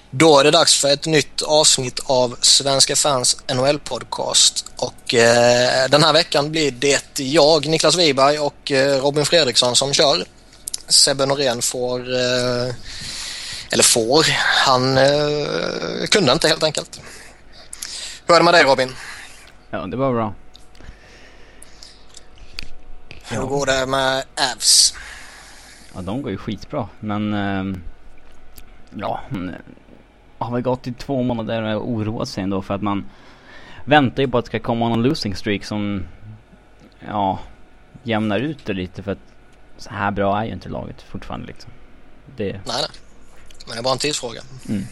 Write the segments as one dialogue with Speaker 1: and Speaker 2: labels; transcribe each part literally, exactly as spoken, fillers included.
Speaker 1: Då är det dags för ett nytt avsnitt av Svenska Fans N H L-podcast. Och eh, den här veckan blir det jag, Niklas Wiberg och eh, Robin Fredriksson som kör. Sebbe Norén får, eh, eller får, han eh, kunde inte helt enkelt. Hur är det med dig, Robin?
Speaker 2: Ja, det var bra.
Speaker 1: Hur går det med Avs?
Speaker 2: Ja, de går ju skitbra. Men eh, ja, har väl gått i två månader och oroat sig ändå, för att man väntar ju på att det ska komma någon losing streak som ja, jämnar ut det lite, för att så här bra är ju inte laget fortfarande liksom. Det...
Speaker 1: Nej, nej. Men det är bara en tidsfråga.
Speaker 2: Mm.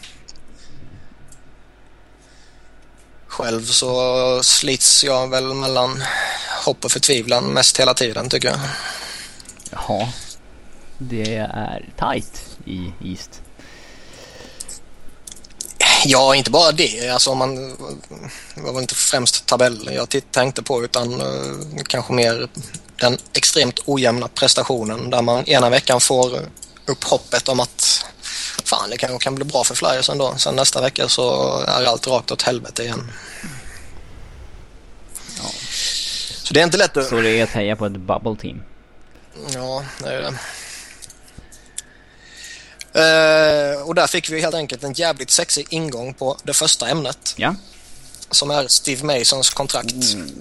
Speaker 1: Själv så slits jag väl mellan hopp och förtvivlan mest hela tiden, tycker jag.
Speaker 2: Jaha. Det är tight i East.
Speaker 1: Ja, inte bara det. Alltså, man, det var väl inte främst tabellen jag titt- tänkte på, utan uh, kanske mer den extremt ojämna prestationen där man ena veckan får upp hoppet om att fan, det kan, kan bli bra för Flyers ändå. Sen nästa vecka så är allt rakt åt helvete igen.
Speaker 2: Ja.
Speaker 1: Så det är inte lätt att...
Speaker 2: Så det är att heja på ett bubble team.
Speaker 1: Ja, det är det. Uh, och där fick vi helt enkelt en jävligt sexig ingång på det första ämnet.
Speaker 2: Ja.
Speaker 1: Som är Steve Masons kontrakt. Mm.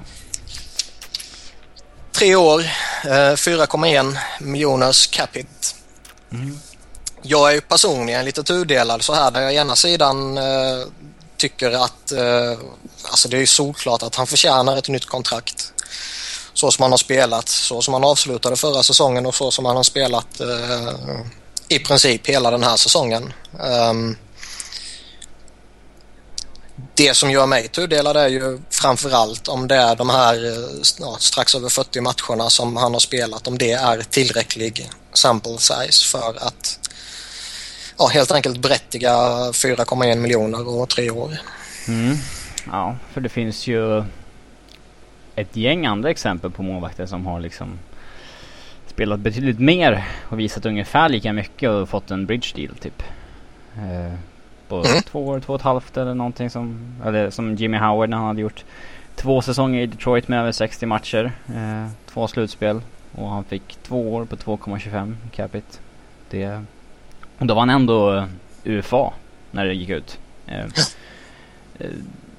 Speaker 1: Tre år, uh, fyra komma en miljoners capita.
Speaker 2: Mm.
Speaker 1: Jag är ju personligen lite tudelad så här, där jag ena sidan uh, tycker att uh, alltså det är ju solklart att han förtjänar ett nytt kontrakt. Så som han har spelat, så som han avslutade förra säsongen och så som han har spelat uh, i princip hela den här säsongen. Um, det som gör mig tudelad är ju framförallt om det är de här ja, strax över fyrtio matcherna som han har spelat, om det är tillräcklig sample size för att ja, helt enkelt berättiga fyra komma en miljoner och tre år.
Speaker 2: Mm. Ja, för det finns ju ett gäng andra exempel på målvakter som har liksom spelat betydligt mer och visat ungefär lika mycket och fått en bridge deal typ. Eh, på mm. två år, två och ett halvt eller någonting som, eller som Jimmy Howard när han hade gjort två säsonger i Detroit med över sextio matcher, eh, två slutspel, och han fick två år på två komma tjugofem capita. Det, och då var han ändå U F A när det gick ut. Eh, eh,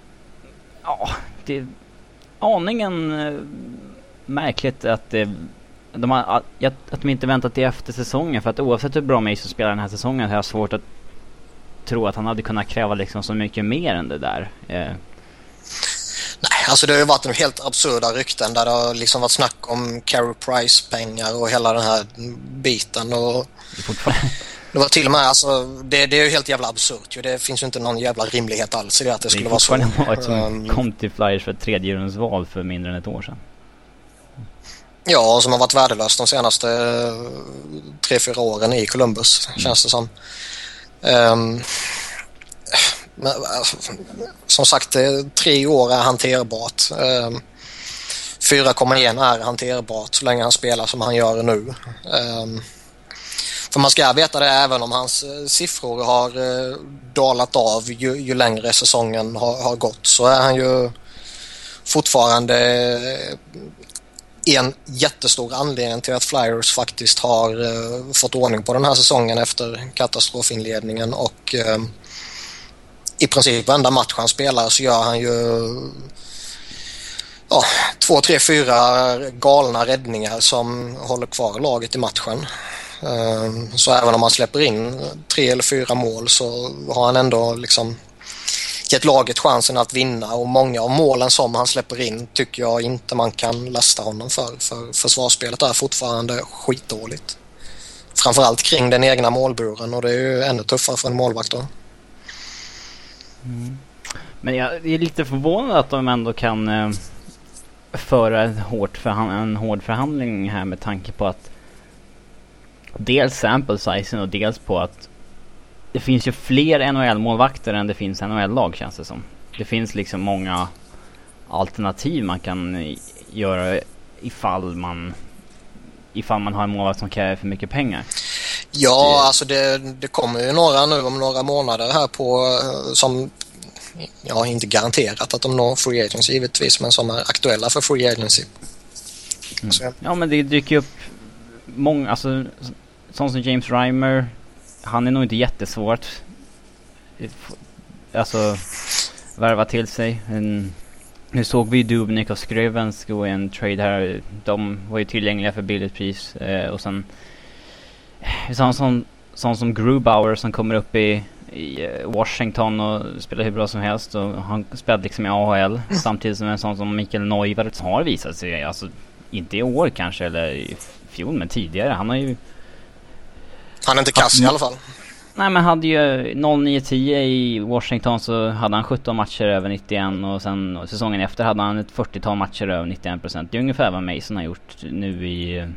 Speaker 2: ja, det är aningen eh, märkligt att det De har, att, att de inte väntat till efter säsongen, för att oavsett hur bra Mason spelar den här säsongen har jag svårt att tro att han hade kunnat kräva liksom så mycket mer än det där. Eh.
Speaker 1: Nej, alltså det har ju varit en helt absurda rykten där det har liksom varit snack om Carey Price-pengar och hela den här biten, och det var till och med, alltså det, det är ju helt jävla absurt ju. Det finns ju inte någon jävla rimlighet alls i det att det skulle vara så.
Speaker 2: Det är fortfarande som um, kom till Flyers för ett tredje rundsval för mindre än ett år sedan.
Speaker 1: Ja, som har varit värdelös de senaste tre, fyra åren i Columbus, mm. känns det som. Um, men, alltså, som sagt, tre år är hanterbart. Um, fyra komma en är hanterbart så länge han spelar som han gör nu. Um, för man ska veta det, även om hans siffror har uh, dalat av ju, ju längre säsongen har, har gått, så är han ju fortfarande uh, en jättestor anledning till att Flyers faktiskt har uh, fått ordning på den här säsongen efter katastrofinledningen, och uh, i princip varenda match han spelar så gör han ju ja, två, tre, fyra galna räddningar som håller kvar laget i matchen. Uh, så även om han släpper in tre eller fyra mål så har han ändå liksom gett laget chansen att vinna, och många av målen som han släpper in tycker jag inte man kan lasta honom för, för försvarsspelet är fortfarande skitdåligt. Framförallt kring den egna målburen, och det är ju ännu tuffare för en målvakt då.
Speaker 2: Mm. Men jag är lite förvånad att de ändå kan eh, föra en hård, förhand- en hård förhandling här, med tanke på att dels sample sizen och dels på att det finns ju fler N H L-målvakter än det finns N H L-lag, känns det som. Det finns liksom många alternativ man kan göra ifall man ifall man har en målvakt som kräver för mycket pengar.
Speaker 1: Ja,
Speaker 2: det...
Speaker 1: alltså det, det kommer ju några nu om några månader här på som, ja, inte garanterat att de når free agency givetvis, men som är aktuella för free agency.
Speaker 2: Mm. Så. Ja, men det dyker upp många, alltså sån som James Reimer, han är nog inte jättesvårt alltså värva till sig. En, nu såg vi Dubnik och Scrivens gå i en trade här. De var ju tillgängliga för billigt pris. Eh, och sen sån som, sån som Grubauer som kommer upp i, i Washington och spelar hur bra som helst. Och han spelade liksom i A H L. Mm. Samtidigt som en sån som Mikael Neuvirth har visat sig, alltså inte i år kanske eller i fjol, men tidigare. Han har ju...
Speaker 1: Han är inte kass i alla fall.
Speaker 2: Nej, men hade ju noll nio tio i Washington, så hade han sjutton matcher över nittioen och sen och säsongen efter hade han ett fyrtiotal matcher över nittioen procent. Det är ungefär vad Mason har gjort nu i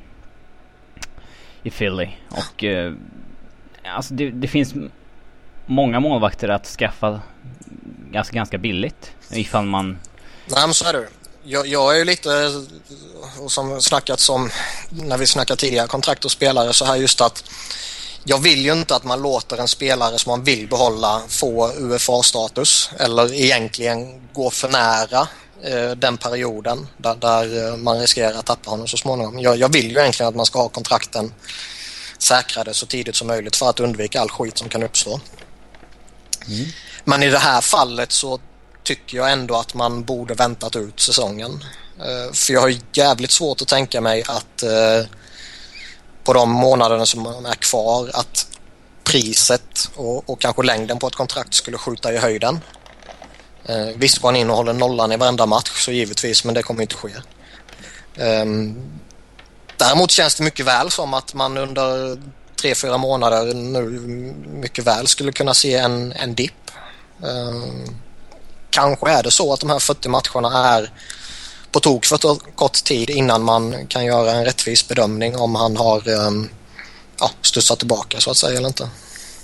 Speaker 2: i Philly. Och eh, alltså det, det finns många målvakter att skaffa ganska, ganska billigt ifall man...
Speaker 1: Nej, men så är det. Jag, jag är ju lite, och som snackats om när vi snackar tidigare kontrakt och spelare, så här just att jag vill ju inte att man låter en spelare som man vill behålla få U F A-status eller egentligen gå för nära eh, den perioden där, där man riskerar att tappa honom så småningom. Jag, jag vill ju egentligen att man ska ha kontrakten säkrade så tidigt som möjligt för att undvika all skit som kan uppstå. Mm. Men i det här fallet så tycker jag ändå att man borde väntat ut säsongen. Eh, för jag har jävligt svårt att tänka mig att eh, på de månaderna som är kvar att priset och, och kanske längden på ett kontrakt skulle skjuta i höjden. Eh, visst går han in och håller nollan i varenda match så givetvis, men det kommer inte ske. Eh, däremot känns det mycket väl som att man under tre, fyra månader nu mycket väl skulle kunna se en, en dipp. Eh, kanske är det så att de här fyrtio matcherna är på tok för kort tid innan man kan göra en rättvis bedömning om han har um, ja, studsat tillbaka så att säga eller inte.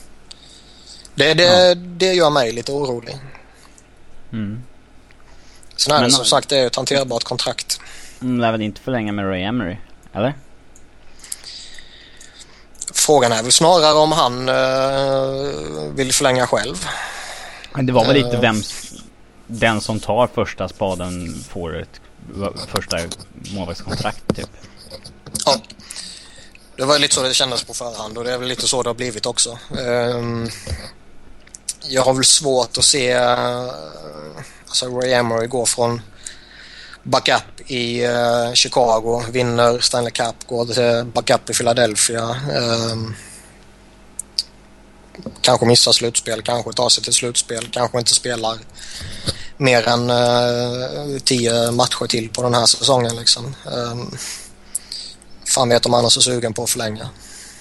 Speaker 1: Det, det, ja. det gör mig lite orolig. Mm. Sen är det som sagt, det är ett hanterbart kontrakt.
Speaker 2: Mm, lär väl inte förlänga med Ray Emery, eller?
Speaker 1: Frågan är väl snarare om han uh, vill förlänga själv.
Speaker 2: Det var väl lite uh, vem den som tar första spaden får ett första målvaktskontrakt typ. Ja. Det var lite så det kändes på förhand och det är väl lite så det har blivit också. Um, jag har väl svårt att se uh, alltså Ray Emery går från backup i uh, Chicago, vinner Stanley Cup, går till backup i Philadelphia, um, kanske missar slutspel, kanske tar sig till slutspel, kanske inte spelar mer än uh, tio matcher till på den här säsongen liksom. Um, fan vet om han är så sugen på att förlänga.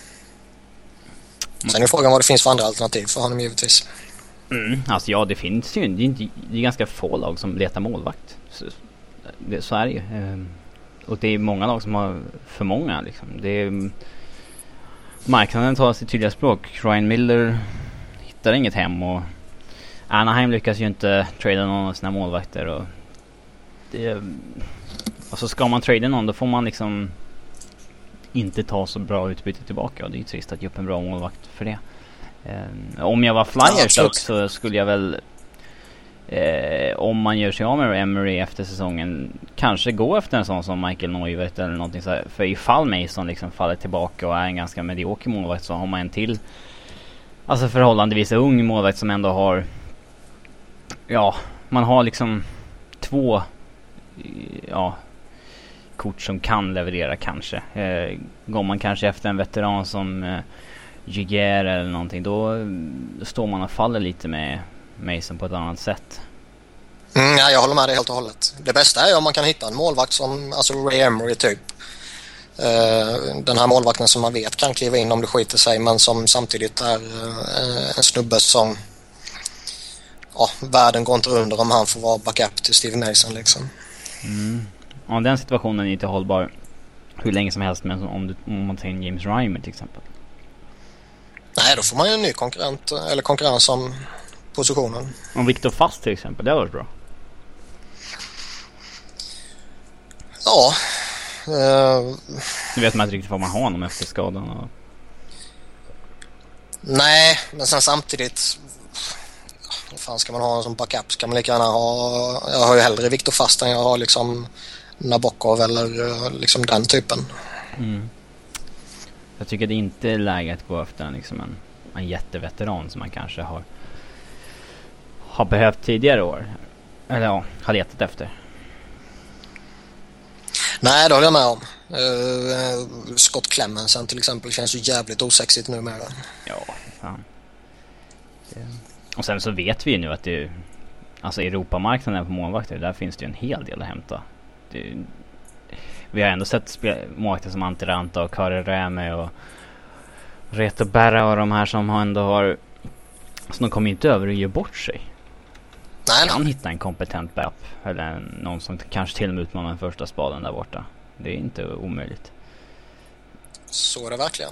Speaker 2: Sen är frågan vad det finns för andra alternativ för honom givetvis. Mm, alltså ja, det finns ju det är, inte, det är ganska få lag som letar målvakt. Så, det, så är det ju. Um, och det är många lag som har för många liksom. Det är, marknaden tar sitt tydliga språk. Ryan Miller hittar inget hem och Anaheim lyckas ju inte trada någon av sina målvakter och det, alltså ska man trada någon då får man liksom inte ta så bra utbyte tillbaka och det är ju trist att ge upp en bra målvakt för det. Eh, om jag var Flyers ja, så skulle jag väl eh, om man gör sig av med Emery efter säsongen kanske gå efter en sån som Michael Neuvirth eller någonting så här, för ifall Mason liksom faller tillbaka och är en ganska medioker målvakt så har man en till alltså förhållandevis ung målvakt som ändå har ja, man har liksom två ja, kort som kan leverera kanske. Eh, går man kanske efter en veteran som eh, Giger eller någonting, då, då står man och faller lite med Mason på ett annat sätt.
Speaker 1: Mm, ja, jag håller med dig helt och hållet. Det bästa är om man kan hitta en målvakt som alltså Ray Emery typ. Uh, den här målvakten som man vet kan kliva in om det skiter sig men som samtidigt är uh, en snubbe som ja, världen går inte under om han får vara backup till Steve Mason liksom.
Speaker 2: Mm. Ja, den situationen är inte hållbar hur länge som helst men om, du, om man tar in James Reimer till exempel.
Speaker 1: Nej, då får man ju en ny konkurrent eller konkurrens om positionen.
Speaker 2: Om Victor Fast till exempel, det var bra.
Speaker 1: Ja. Uh,
Speaker 2: nu vet man inte riktigt vad man har honom efter skadan. Och...
Speaker 1: Nej, men sen samtidigt, vad fan ska man ha som backup? Ska man lika gärna ha, jag har ju hellre Viktor Fast än jag har liksom Nabokov eller liksom den typen.
Speaker 2: Mm. Jag tycker det inte är läge att gå efter liksom en, en jätteveteran som man kanske har har behövt tidigare år. Eller ja, har letat efter.
Speaker 1: Nej, det håller jag med om. Uh, Scott Clemmensen till exempel känns ju jävligt osexigt numera.
Speaker 2: Ja, fan. Det... Och sen så vet vi ju nu att det, alltså Europamarknaden på målvakter, där finns det ju en hel del att hämta. Det, vi har ändå sett spel, målvakter som Antti Ranta och Kari Räme och Reto Berra och de här som ändå har, så de kommer ju inte över och ge bort sig.
Speaker 1: Nej,
Speaker 2: kan
Speaker 1: nej.
Speaker 2: hitta en kompetent backup eller någon som kanske till och med utmanar den första spaden där borta. Det är inte omöjligt.
Speaker 1: Så är det verkligen.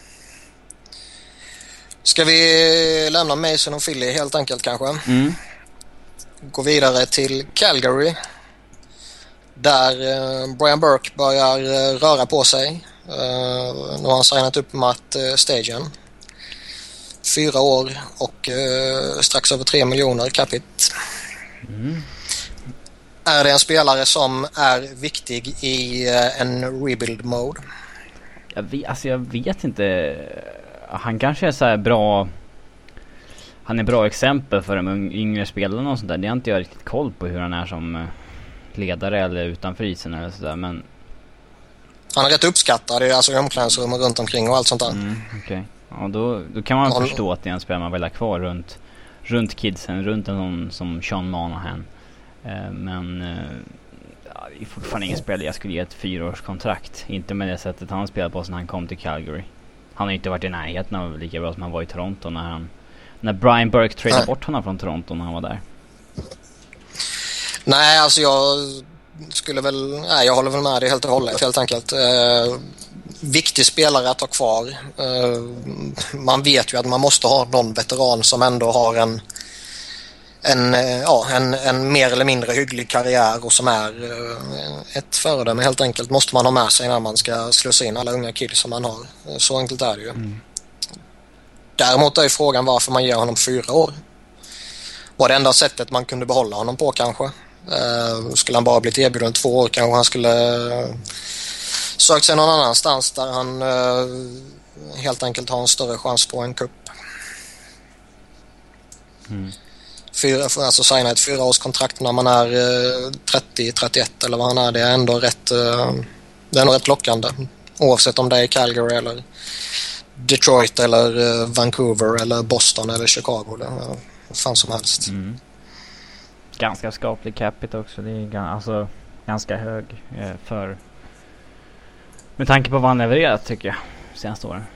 Speaker 1: Ska vi lämna Mason och Philly helt enkelt kanske?
Speaker 2: Mm.
Speaker 1: Gå vidare till Calgary. Där eh, Brian Burke börjar eh, röra på sig. Eh, nu har han signat upp Matt eh, Stagen. Fyra år och eh, strax över tre miljoner capita.
Speaker 2: Mm.
Speaker 1: Är det en spelare som är viktig i eh, en rebuild mode?
Speaker 2: Jag vet, alltså jag vet inte. Han kanske är så här bra. Han är bra exempel för de yngre spelarna och sånt där. Det har inte jag riktigt koll på hur han är som ledare eller utanför isen eller sådär, men
Speaker 1: han är rätt uppskattad i alltså omklädningsrum och runt omkring och allt sånt där.
Speaker 2: Mm, okej. Okay. Ja, då, då kan man
Speaker 1: han...
Speaker 2: förstå att det är en spelare man vill ha kvar runt, runt kidsen, runt en sån som Sean Monahan. Eh, men eh, ja, det är fortfarande ingen spelare jag skulle ge ett fyraårskontrakt. Inte med det sättet han spelade på när han kom till Calgary. Han har inte varit i närheten av lika bra som han var i Toronto när han när Brian Burke tradade Nej. bort honom från Toronto när han var där.
Speaker 1: Nej, alltså jag skulle väl... Nej, jag håller väl med dig helt och hållet, helt enkelt. Eh, viktig spelare att ha kvar. Eh, man vet ju att man måste ha någon veteran som ändå har en en, ja, en, en mer eller mindre hygglig karriär och som är eh, ett föredöme helt enkelt. Måste man ha med sig när man ska slussa in alla unga kids som man har. Så enkelt är det ju. Mm. Däremot är ju frågan varför man ger honom fyra år. Var det enda sättet man kunde behålla honom på kanske? Uh, skulle han bara blivit erbjuden två år kanske han skulle uh, sökt sig någon annanstans där han uh, helt enkelt har en större chans på en kupp. Mm. Fyra, alltså signa ett fyraårskontrakt när man är uh, trettio trettioett eller vad han är, det är ändå rätt uh, det är ändå rätt lockande oavsett om det är Calgary eller Detroit eller uh, Vancouver eller Boston eller Chicago eller uh, vad fan som helst. Mm.
Speaker 2: Ganska skaplig capita också. Det är g- alltså ganska hög eh, för med tanke på vad han levererat tycker jag senaste åren.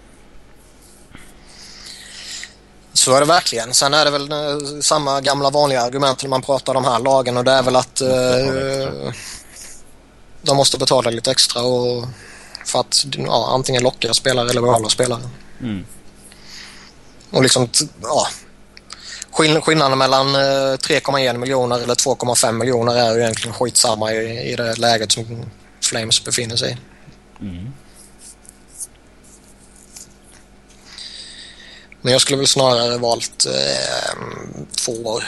Speaker 1: Så är det verkligen. Sen är det väl eh, samma gamla vanliga argument när man pratar om de här lagen och det är väl att eh, de måste betala lite extra och för att ja, antingen locka spelare eller behålla spelare. Mm. Och liksom ja skillnaden mellan tre komma en miljoner eller två komma fem miljoner är ju egentligen skitsamma i, i det läget som Flames befinner sig i. Mm. Men jag skulle väl snarare valt eh, två år.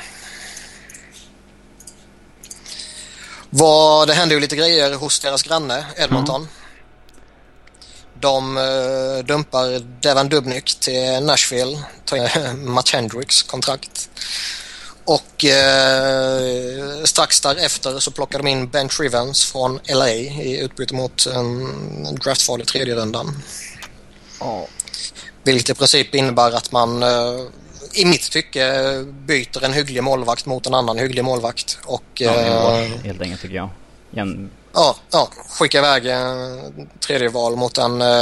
Speaker 1: Vad, det hände ju lite grejer hos deras granne Edmonton. Mm. De uh, dumpar Devan Dubnyk till Nashville, tar Matt Hendricks kontrakt. Och uh, strax därefter så plockar de in Ben Trivens från L A i utbyte mot en draftval i tredje rundan. Oh. Vilket i princip innebär att man uh, i mitt tycke byter en hygglig målvakt mot en annan hygglig målvakt. Och,
Speaker 2: ja, uh, helt enkelt tycker jag. Igen.
Speaker 1: Ja, ja, skicka iväg eh, tredje val mot en eh,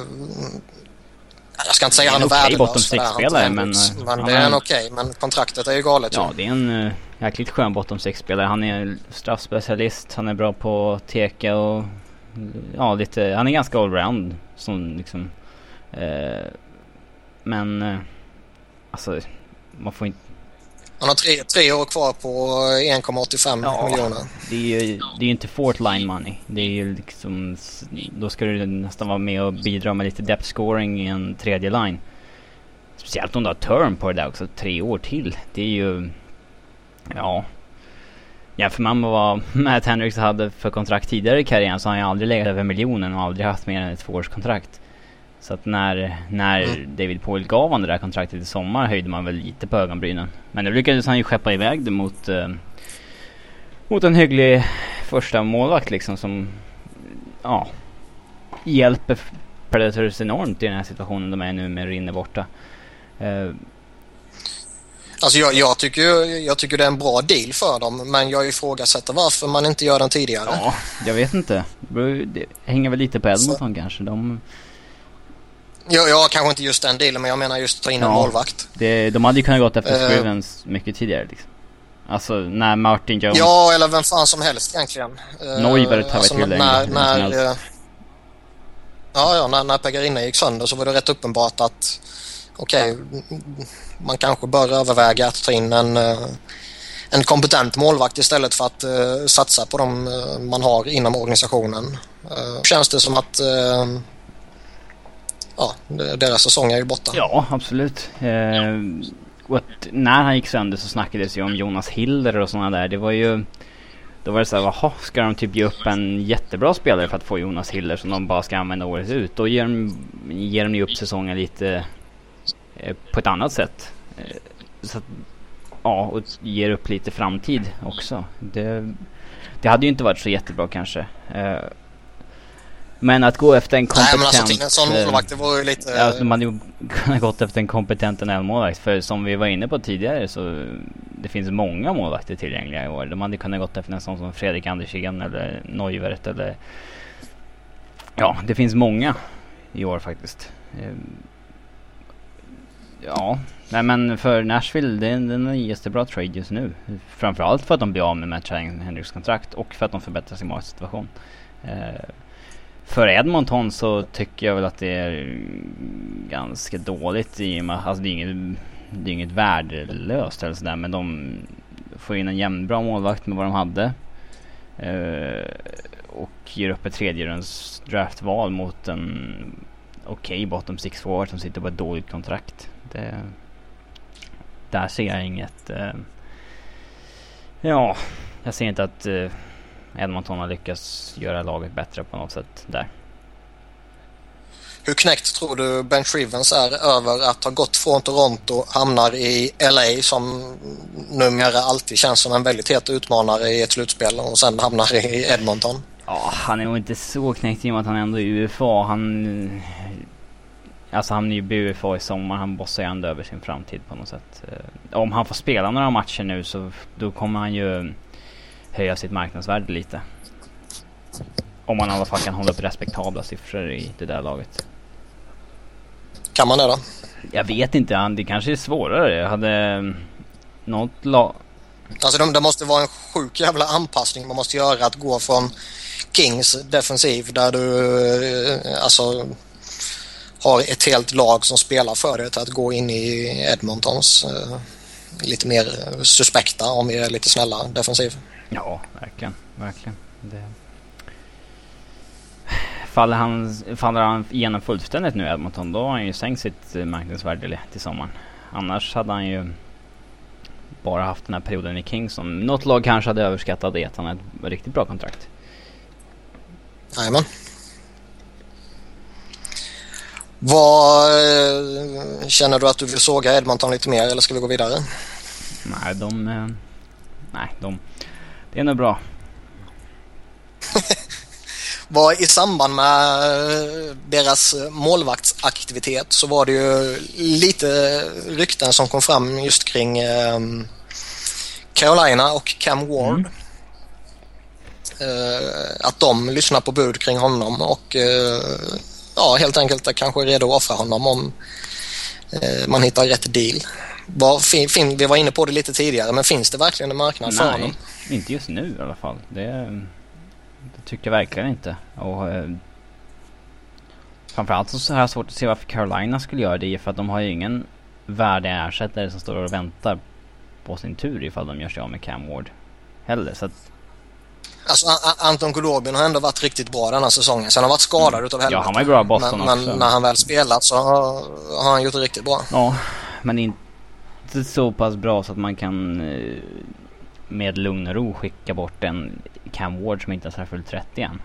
Speaker 1: jag ska inte säga han är
Speaker 2: okay,
Speaker 1: värdelös
Speaker 2: men,
Speaker 1: men, men det är en okej okay, men kontraktet är ju galet.
Speaker 2: Ja,
Speaker 1: ju.
Speaker 2: Det är en uh, jäkligt skön bottom six-spelare. Han är straffspecialist, han är bra på att teka och ja, lite, han är ganska allround som liksom uh, men uh, alltså man får inte.
Speaker 1: Han har tre, tre år kvar på en komma åttiofem ja, miljoner.
Speaker 2: Det är ju det är inte fourth line money. Det är ju liksom, då ska du nästan vara med och bidra med lite depth scoring i en tredje line. speciellt om du har term på det där också, tre år till. Det är ju, ja, jämför man med vad Matt Hendricks hade för kontrakt tidigare i karriären, så har han ju aldrig legat över miljonen och aldrig haft mer än ett tvåårskontrakt. Så att när, när mm. David Poile gav han det där kontraktet i sommar höjde man väl lite på ögonbrynen. Men det lyckades han ju skeppa iväg det mot, eh, mot en hygglig första målvakt liksom, som ja, hjälper Predators enormt i den här situationen de är nu med Rinne borta. Uh,
Speaker 1: alltså jag, jag, tycker, jag tycker det är en bra deal för dem, men jag ifrågasätter varför man inte gör den tidigare.
Speaker 2: Ja, jag vet inte. Det hänger väl lite på Edmonton Så. kanske. De...
Speaker 1: Ja, ja, kanske inte just den dealen, men jag menar just ta in ja, en målvakt.
Speaker 2: Det, de hade ju kunnat gått efter uh, Scrivens mycket tidigare liksom. Alltså när Martin Jones...
Speaker 1: Ja, eller vem fan som helst egentligen.
Speaker 2: Neuvert har
Speaker 1: alltså,
Speaker 2: varit till
Speaker 1: när, när, uh, Ja, ja, när, när Pekarinne gick sönder så var det rätt uppenbart att okej, okay, man kanske bör överväga att ta in en, en kompetent målvakt istället för att uh, satsa på dem uh, man har inom organisationen. Uh, känns det som att uh, ja, deras säsong är ju borta.
Speaker 2: Ja, absolut. Uh, och att när han gick sönder så snackades ju om Jonas Hiller och sådana där. Det var ju... Då var det så här, jaha, ska de typ ge upp en jättebra spelare för att få Jonas Hiller som de bara ska använda året ut? Då ger de, ger de ju upp säsongen lite eh, på ett annat sätt. Eh, så att, ja, och ger upp lite framtid också. Det, det hade ju inte varit så jättebra kanske. Eh, men att gå efter en kompetent... Nej, men alltså till en sån målvakt, det var ju lite... Ja, alltså, man hade ju kunnat gått efter en kompetent N H L-målvakt. För som vi var inne på tidigare så det finns många målvakter tillgängliga i år. De hade kunnat gått efter en sån som Fredrik Andersén eller Neuvert eller... Ja, det finns många i år faktiskt. Ja, nej men för Nashville, det är en, en jättebra trade just nu. Framförallt för att de blir av med Matt Hendricks kontrakt och för att de förbättrar sin målsituation. Eh, För Edmonton så tycker jag väl att det är ganska dåligt i och med, alltså det är inget, det är inget värdelöst eller sådär, men de får in en jämnbra målvakt med vad de hade eh, och ger upp ett tredjerunds draftval mot en okej okay, bottom six forward som sitter på ett dåligt kontrakt. Det, där ser jag inget eh, ja, jag ser inte att eh, Edmonton har lyckats göra laget bättre på något sätt där.
Speaker 1: Hur knäckt tror du Ben Scrivens är över att ha gått från Toronto, hamnar i L A som numera alltid känns som en väldigt het utmanare i ett slutspel, och sen hamnar i Edmonton?
Speaker 2: Ja, han är nog inte så knäckt i och med att han ändå är i U F A. Han, alltså han är ju U F A i sommar, han bossar ju ändå över sin framtid på något sätt. Om han får spela några matcher nu så då kommer han ju höja sitt marknadsvärde lite. Om man i alla fall kan hålla upp respektabla siffror i det där laget.
Speaker 1: Kan man det då?
Speaker 2: Jag vet inte, det kanske är svårare. Jag hade något lag...
Speaker 1: Alltså det, det måste vara en sjuk jävla anpassning man måste göra, att gå från Kings defensiv där du alltså har ett helt lag som spelar för det, till att gå in i Edmontons uh, lite mer suspekta, om vi är lite snälla, defensiv.
Speaker 2: Ja, verkligen, verkligen. Det... Faller han, faller han igenom fullständigt nu Edmonton, då har han ju sänkt sitt marknadsvärde till sommaren. Annars hade han ju bara haft den här perioden i Kings som något lag kanske hade överskattat det, att han hade ett riktigt bra kontrakt.
Speaker 1: Jajamän. Vad känner du att du vill såga Edmonton lite mer, eller ska vi gå vidare?
Speaker 2: Nej, de... Eh, nej, de... Det är nog bra.
Speaker 1: Var i samband med deras målvaktsaktivitet så var det ju lite rykten som kom fram just kring eh, Carolina och Cam Ward. Mm. Eh, att de lyssnar på bud kring honom och eh, ja, helt enkelt är kanske redo att offra honom om eh, man hittar rätt deal. Var, fin, fin, vi var inne på det lite tidigare, men finns det verkligen en marknad för honom?
Speaker 2: Nej, inte just nu i alla fall. Det, det tycker jag verkligen inte. Och eh, framförallt så har jag svårt att se varför Carolina skulle göra det, för att de har ju ingen värdeersättare som står och väntar på sin tur ifall de gör sig av med Cam Ward heller. Så att
Speaker 1: Alltså A- Anton Khudobin har ändå varit riktigt bra den här säsongen. Sen har han varit skadad mm. utav helvete.
Speaker 2: Ja, han var ju bra i Boston
Speaker 1: men,
Speaker 2: också.
Speaker 1: Men när han väl spelat så har, har han gjort det riktigt bra.
Speaker 2: Ja, men inte så pass bra så att man kan med lugn och ro skicka bort en Cam Ward som inte är särskilt trettio än.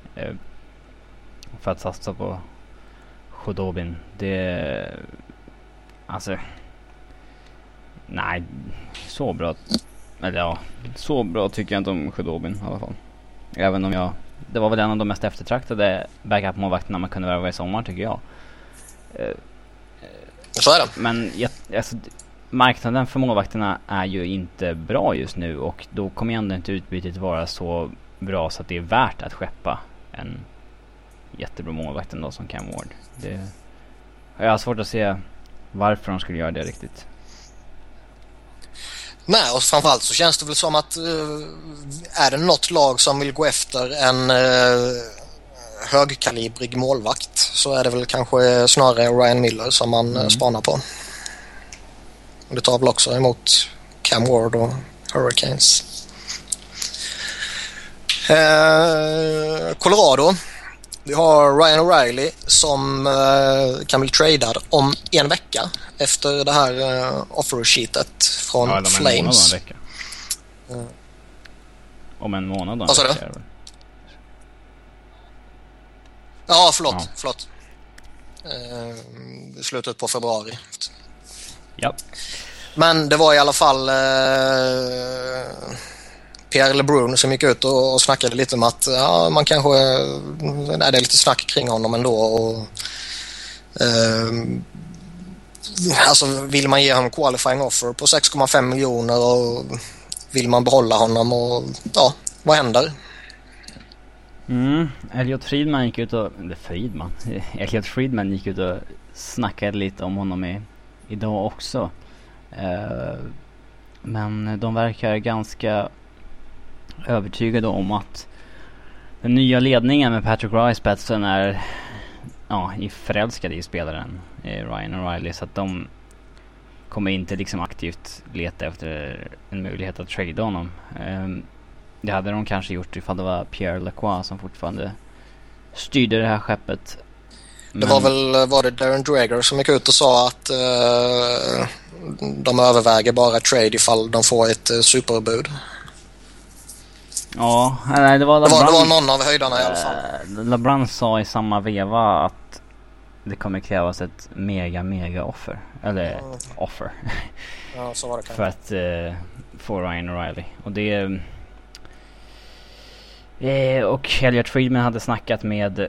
Speaker 2: För att satsa på Khudobin. Det... Alltså... Nej, så bra. Eller ja, så bra tycker jag inte om Khudobin i alla fall. Även om jag... Det var väl en av de mest eftertraktade backup-målvakterna man kunde värva i sommar, tycker jag.
Speaker 1: Så är det.
Speaker 2: Men jag, alltså, marknaden för målvakterna är ju inte bra just nu. Och då kommer ändå inte utbytet vara så bra så att det är värt att skeppa en jättebra målvakt ändå som Cam Ward. Det, jag har svårt att se varför de skulle göra det riktigt.
Speaker 1: Nej, och framförallt så känns det väl som att uh, är det något lag som vill gå efter en uh, högkalibrig målvakt så är det väl kanske snarare Ryan Miller som man mm. spanar på. Och det tar väl också emot Cam Ward och Hurricanes. Uh, Colorado. Vi har Ryan O'Reilly som uh, kan bli tradad om en vecka efter det här uh, offer-sheetet från
Speaker 2: ja,
Speaker 1: Flames.
Speaker 2: En vecka. Uh. Om en månad då.
Speaker 1: Vad sa du? Ja, förlåt. Ja. förlåt. Uh, slutet på februari.
Speaker 2: Ja.
Speaker 1: Men det var i alla fall uh, Pierre LeBrun som gick ut och, och snackade lite om att ja, man kanske nej, det är lite snack kring honom ändå och uh, alltså vill man ge honom qualifying offer på sex komma fem miljoner och vill man behålla honom och ja, vad händer?
Speaker 2: Mm, Elliot Friedman gick ut och eller Friedman Elliot Friedman gick ut och snackade lite om honom i, idag också. Uh, men de verkar ganska övertygade om att den nya ledningen med Patrick Roy i spetsen är ja, förälskade i spelaren Ryan O'Reilly, så att de kommer inte liksom aktivt leta efter en möjlighet att trade honom. Um, det hade de kanske gjort ifall det var Pierre Lacroix som fortfarande styrde det här skeppet.
Speaker 1: Men... Det var väl var det Darren Dreger som gick ut och sa att uh, de överväger bara trade ifall de får ett uh, superbud.
Speaker 2: Ja, nej, det var
Speaker 1: LeBrun, det var, det var någon av höjdarna i alla fall.
Speaker 2: LeBrun sa i samma veva att det kommer krävas ett mega mega offer eller mm. offer.
Speaker 1: Ja, så var det
Speaker 2: för att uh, få Ryan O'Reilly. Och det uh, och Elliot Friedman hade snackat med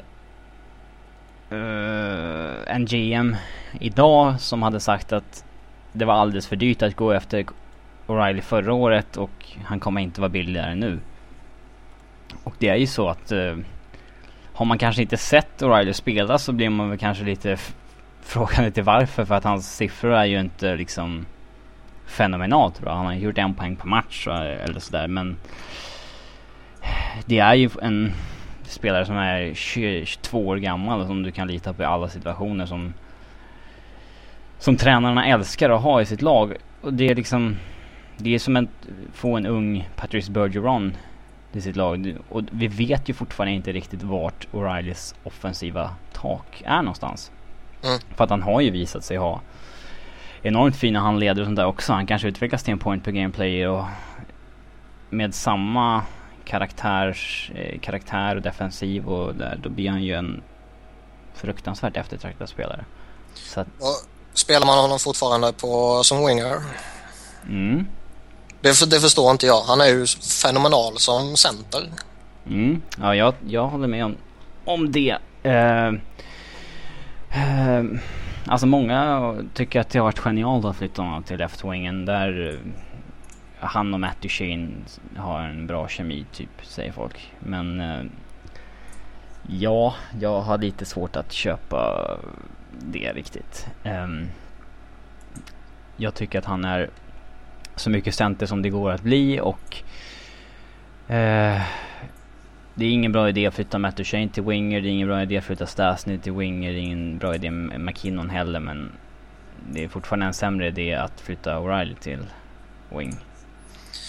Speaker 2: uh, en G M idag som hade sagt att det var alldeles för dyrt att gå efter O'Reilly förra året och han kommer inte vara billigare nu. Och det är ju så att uh, har man kanske inte sett O'Reilly spela så blir man väl kanske lite f- frågande till varför, för att hans siffror är ju inte liksom fenomenalt bra. Han har gjort en poäng per match eller sådär, men det är ju en spelare som är tjugotvå år gammal och som du kan lita på i alla situationer, som som tränarna älskar att ha i sitt lag. Och det är liksom det är som att få en ung Patrice Bergeron i sitt lag. Och vi vet ju fortfarande inte riktigt vart O'Reillys offensiva tak är någonstans. Mm. För att han har ju visat sig ha enormt fina handleder och sånt där också. Han kanske utvecklas till en point per game player och med samma karaktärs, eh, karaktär och defensiv och där, då blir han ju en fruktansvärt eftertraktad spelare. Så att,
Speaker 1: spelar man honom fortfarande på som winger?
Speaker 2: Mm.
Speaker 1: Det, det förstår inte jag. Han är ju fenomenal som center.
Speaker 2: Mm. Ja, jag, jag håller med om, om det. Uh, uh, alltså många tycker att det har varit genialt att flytta honom till left-wingen där uh, han och Matt Duchene har en bra kemi typ, säger folk. Men uh, ja, jag har lite svårt att köpa det riktigt. Um, jag tycker att han är så mycket center som det går att bli, och eh, det är ingen bra idé att flytta Matt Duchene till winger, det är ingen bra idé att flytta Stastny till winger, det är ingen bra idé med McKinnon heller, men det är fortfarande en sämre idé att flytta O'Reilly till wing.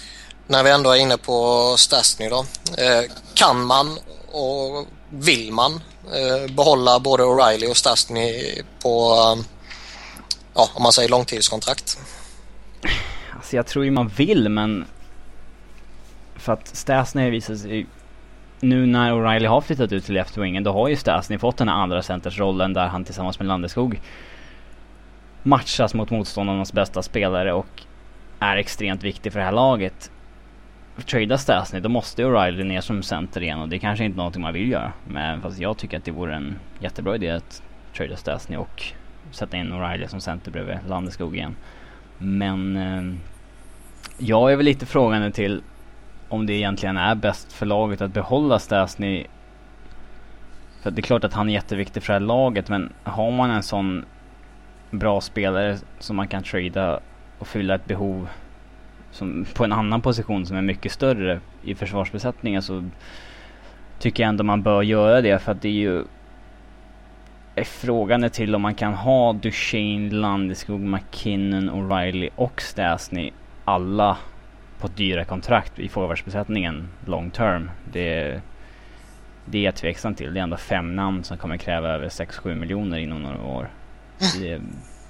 Speaker 1: när vi ändå är inne på Stastny då. Eh, kan man och vill man eh, behålla både O'Reilly och Stastny på, eh, ja, om man säger långtidskontrakt?
Speaker 2: Alltså jag tror ju man vill, men för att Stastny visar sig nu när O'Reilly har flyttat ut till left-wingen, då har ju Stastny fått den här andra centersrollen där han tillsammans med Landeskog matchas mot motståndarnas bästa spelare och är extremt viktig för det här laget. Trada Stastny, då måste O'Reilly ner som center igen, och det är kanske inte någonting man vill göra, men fast jag tycker att det vore en jättebra idé att trada Stastny och sätta in O'Reilly som center bredvid Landeskog igen. Men eh, jag är väl lite frågande till om det egentligen är bäst för laget att behålla Stastny, för det är klart att han är jätteviktig för det här laget, men har man en sån bra spelare som man kan trada och fylla ett behov som på en annan position som är mycket större i försvarsbesättningen, så tycker jag ändå man bör göra det, för att det är ju är frågan är till om man kan ha Duchene, Landeskog, McKinnon, O'Reilly och Stastny alla på dyra kontrakt i forwardsbesättningen long term. Det, det är jag tveksam till. Det är ändå fem namn som kommer kräva över sex sju miljoner inom några år. Det,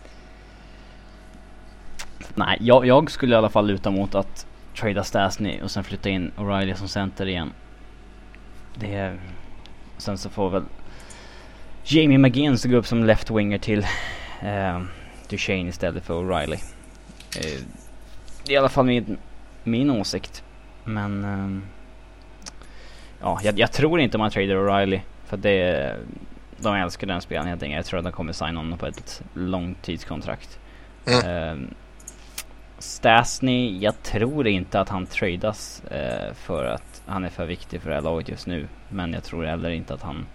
Speaker 2: nej, jag, jag skulle i alla fall luta mot att trada Stastny och sen flytta in O'Reilly som center igen. Det, sen så får väl Jamie McGinn gå upp som left winger till eh, Duchene istället för O'Reilly. Eh, det är i alla fall min, min åsikt. Men eh, ja, jag, jag tror inte man tradar O'Reilly, för det, de älskar den spelaren helt enkelt. Jag tror att de kommer signa honom på ett långtidskontrakt. Mm. Eh, Stastny, jag tror inte att han tradas eh, för att han är för viktig för det här laget just nu. Men jag tror heller inte att han...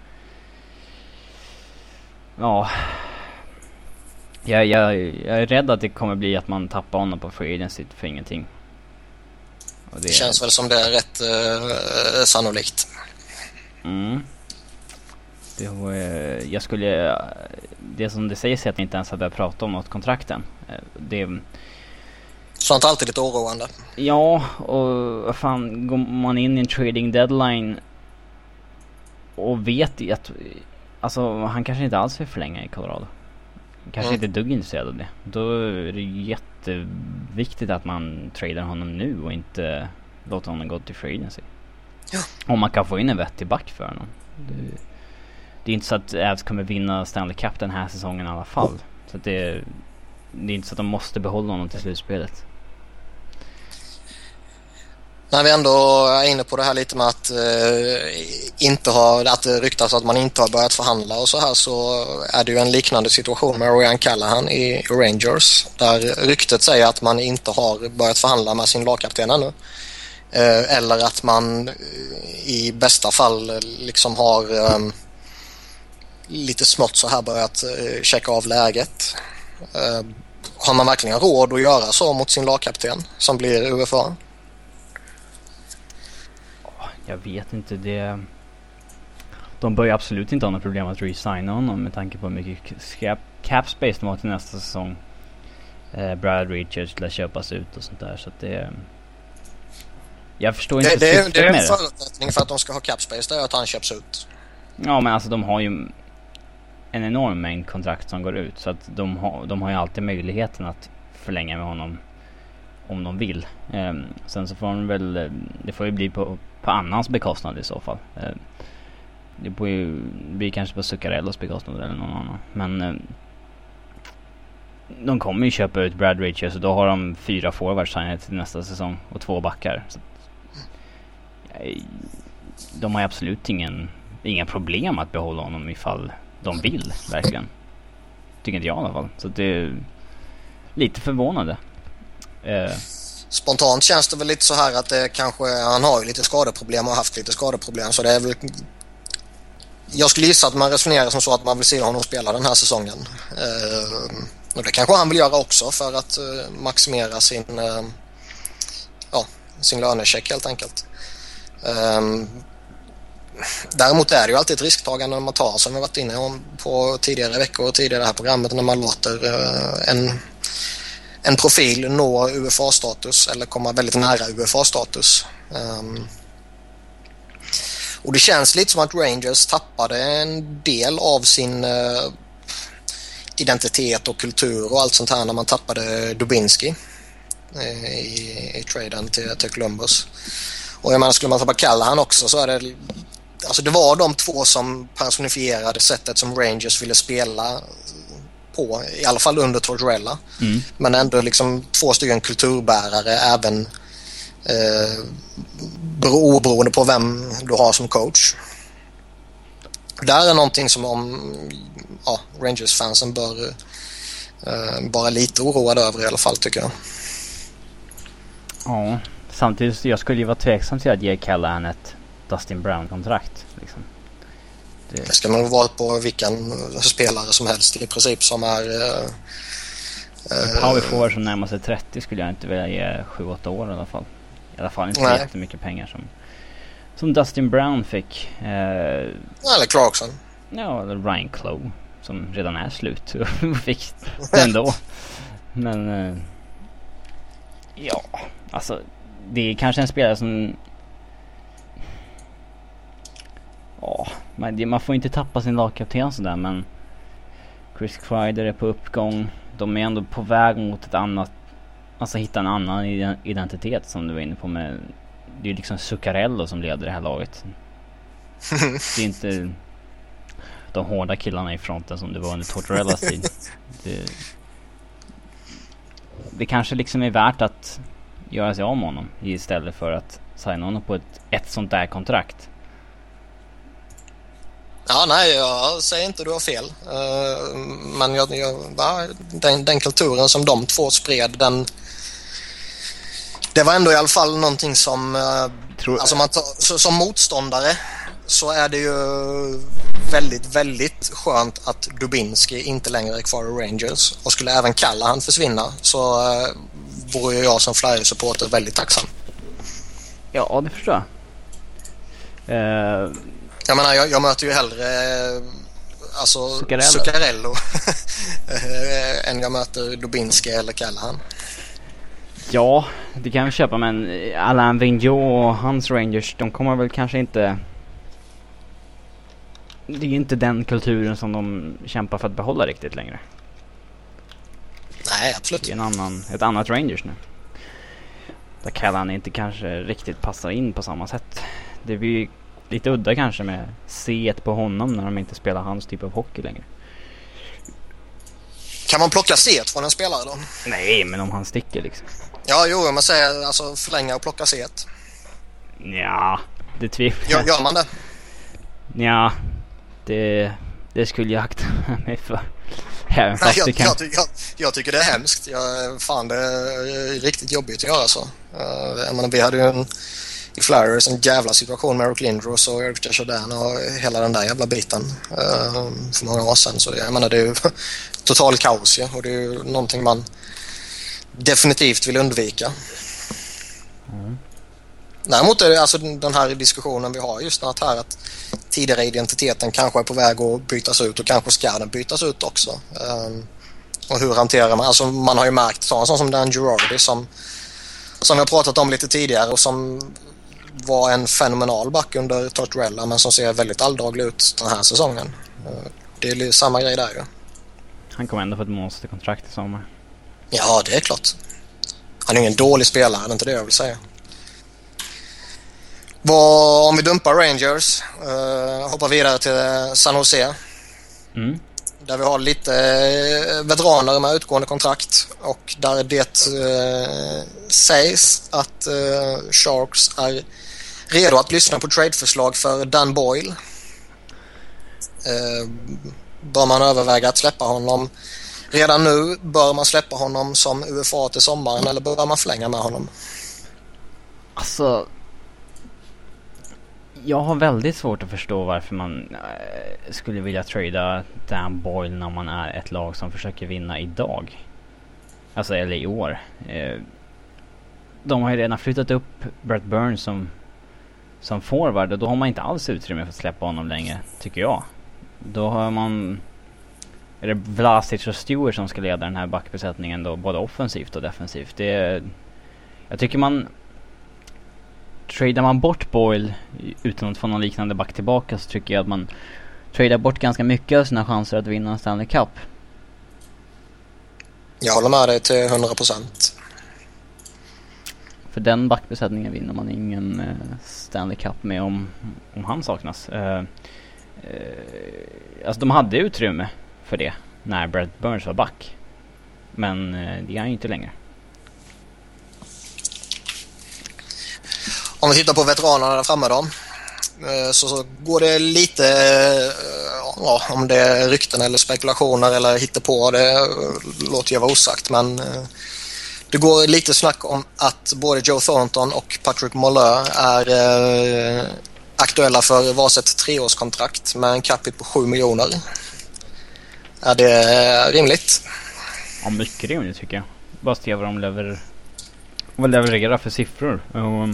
Speaker 2: Ja... Jag, jag, jag är rädd att det kommer bli att man tappar honom på free agency för ingenting. Och det,
Speaker 1: det känns väl som det är rätt uh, sannolikt.
Speaker 2: Mm. Det, uh, jag skulle... Det som det sägs är att ni inte ens har börjat prata om något kontrakten. Uh, det...
Speaker 1: Sånt är alltid lite oroande.
Speaker 2: Ja, och fan, går man in i en trading deadline och vet att alltså, han kanske inte alls vill förlänga i Colorado. Kanske mm. inte dugg intresserad av det. Då är det jätteviktigt att man tradar honom nu och inte låter honom gå till free agency. Ja. Om man kan få in en vettig back för honom. Det, det är inte så att Avs kommer vinna Stanley Cup den här säsongen i alla fall. Mm. Så att det, det är inte så att de måste behålla honom till slutspelet.
Speaker 1: När vi ändå är inne på det här lite med att, eh, inte ha, att det ryktas att man inte har börjat förhandla och så här, så är det ju en liknande situation med Ryan Callahan i Rangers, där ryktet säger att man inte har börjat förhandla med sin lagkapten ännu. Eh, eller att man i bästa fall liksom har eh, lite smått så här börjat eh, checka av läget. Eh, har man verkligen råd att göra så mot sin lagkapten som blir U F A?
Speaker 2: Jag vet inte, det... De bör ju absolut inte ha något problem att resigna honom med tanke på hur mycket cap, cap space de har till nästa säsong. Eh, Brad Richards skulle köpas ut och sånt där, så att det... Jag förstår inte...
Speaker 1: Det, det, det är en förutsättning för att de ska ha cap space, det är att han köps ut.
Speaker 2: Ja, men alltså de har ju en enorm mängd kontrakt som går ut, så att de har, de har ju alltid möjligheten att förlänga med honom om de vill. Eh, sen så får de väl... Det får ju bli på... på annans bekostnad i så fall. Det blir, ju, blir kanske på Zuccarellos bekostnad eller någon annan. Men eh, de kommer ju köpa ut Brad Richards, och då har de fyra forwards till nästa säsong och två backar. Så, eh, de har absolut ingen, inga problem att behålla honom ifall de vill, verkligen. Tycker inte jag i alla fall. Så det är lite förvånande. Eh,
Speaker 1: Spontant känns det väl lite så här att det kanske, han har ju lite skadeproblem och har haft lite skadeproblem, så det är väl, jag skulle gissa att man resonerar som så att man vill se honom spela den här säsongen. Eh, och det kanske han vill göra också för att eh, maximera sin eh, ja, sin lönecheck helt enkelt. Eh, däremot är det ju alltid ett risktagande när man tar, som vi varit inne om på tidigare veckor och tidigare det här programmet, när man låter eh, en en profil nå U F A-status eller komma väldigt nära U F A-status. Um, och det känns lite som att Rangers tappade en del av sin uh, identitet och kultur och allt sånt här när man tappade Dubinsky uh, i, i traden till, till Columbus. Och jag menar, skulle man tappa Callahan också så är det, alltså det var de två som personifierade sättet som Rangers ville spela på, i alla fall under Tortorella. Mm. Men ändå liksom två stycken kulturbärare även eh, oberoende på vem du har som coach. Där är någonting som om ja, Rangers-fansen bör eh, vara lite oroade över i alla fall, tycker jag.
Speaker 2: Ja, samtidigt jag skulle ju vara tveksam till att ge Callahan ett Dustin Brown-kontrakt liksom.
Speaker 1: Det... det ska nog vara på vilken spelare som helst i princip som är uh,
Speaker 2: uh, power forward som närmar sig trettio skulle jag inte vilja ge sju åtta år i alla fall. I alla fall inte så jättemycket pengar som som Dustin Brown fick. Uh,
Speaker 1: eller Clarkson.
Speaker 2: Ja, eller Ryan Clough som redan är slut och fick ändå. Men uh, ja, alltså det är kanske en spelare som ja, man, man får inte tappa sin lagkapten sådär, men Chris Kreider är på uppgång. De är ändå på väg mot ett annat, alltså hitta en annan identitet som du var inne på med. Det är liksom Zuccarello som leder det här laget. Det är inte de hårda killarna i fronten som det var under Tortorellas tid. Det, det kanske liksom är värt att göra sig av med honom istället för att signa honom på ett, ett sånt där kontrakt.
Speaker 1: Ja, nej, jag säger inte du har fel. Uh, men jag, jag, va, den, den kulturen som de två spred, den, det var ändå i alla fall någonting som uh, Tror alltså man tar, så, som motståndare så är det ju väldigt, väldigt skönt att Dubinsky inte längre är kvar i Rangers, och skulle även Callahan försvinna så uh, vore jag som Flyers-supporter väldigt tacksam.
Speaker 2: Ja, det förstår jag. Uh...
Speaker 1: Jag menar, jag, jag möter ju hellre alltså Zuccarello, Zuccarello än jag möter Dubinsky eller Callahan.
Speaker 2: Ja, det kan vi köpa, men Alain Vigneault och hans Rangers, de kommer väl kanske inte... Det är inte den kulturen som de kämpar för att behålla riktigt längre.
Speaker 1: Nej, absolut.
Speaker 2: Det är en annan, ett annat Rangers nu. Där Callahan inte kanske riktigt passar in på samma sätt. Det blir lite udda kanske med C ett på honom när de inte spelar hans typ av hockey längre.
Speaker 1: Kan man plocka C ett från en spelare då?
Speaker 2: Nej, men om han sticker liksom.
Speaker 1: Ja, jo, man säger alltså förlänga och plocka C ett.
Speaker 2: Ja, det tvivlar.
Speaker 1: Gör, gör man det?
Speaker 2: Ja, det, det skulle jag akta mig för. Även
Speaker 1: Nej, jag,
Speaker 2: kan...
Speaker 1: jag, jag, jag tycker det är hemskt. Jag, fan, det är riktigt jobbigt att göra så. Uh, jag menar, vi hade ju en i Flyers en jävla situation med Eric Lindros och Eric Desjardins och hela den där jävla biten uh, för många år sedan. Så det, jag menar, det är ju total kaos, ja, och det är ju någonting man definitivt vill undvika. Mm. Däremot är det alltså den här diskussionen vi har just att här att tidigare identiteten kanske är på väg att bytas ut, och kanske ska den bytas ut också. Um, och hur hanterar man? Alltså man har ju märkt sån som Dan Girardi som som vi har pratat om lite tidigare och som var en fenomenal back under Tortorella, men som ser väldigt alldaglig ut den här säsongen. Uh, det är samma grej där ju. Ja.
Speaker 2: Han kommer ändå få ett monsterkontrakt i sommar.
Speaker 1: Ja, det är klart. Han är ingen dålig spelare, det är inte det jag vill säga. Vad, om vi dumpar Rangers, uh, hoppar vidare till San Jose. Mm. Där vi har lite veteraner med utgående kontrakt, och där det uh, sägs att uh, Sharks är redo att lyssna på tradeförslag för Dan Boyle. Uh, bör man överväga att släppa honom redan nu? Bör man släppa honom som U F A till sommaren, eller bör man förlänga med honom?
Speaker 2: Alltså, jag har väldigt svårt att förstå varför man äh, skulle vilja trada Dan Boyle när man är ett lag som försöker vinna idag. Alltså, eller i år. Eh, de har ju redan flyttat upp Brett Burns som, som forward, och då har man inte alls utrymme för att släppa honom längre, tycker jag. Då har man är det Vlasic och Stewart som ska leda den här backbesättningen då, både offensivt och defensivt. Det är, jag tycker man tradar man bort Boyle utan att få någon liknande back tillbaka, så tycker jag att man tradar bort ganska mycket av sina chanser att vinna en Stanley Cup.
Speaker 1: Jag håller med dig till hundra procent.
Speaker 2: För den backbesättningen vinner man ingen eh, Stanley Cup med om, om han saknas. Eh, eh, alltså de hade utrymme för det när Brett Burns var back. Men eh, det är han ju inte längre.
Speaker 1: Om vi tittar på veteranerna där framme då, så, så går det lite, ja, om det är rykten eller spekulationer eller hittepå, det låter jag vara osagt, men det går lite snack om att både Joe Thornton och Patrick Marleau är eh, aktuella för varsitt treårskontrakt med en capita på sju miljoner. Är det rimligt?
Speaker 2: Ja, mycket rimligt tycker jag. Bara se vad de lever, vad levererar för siffror. Och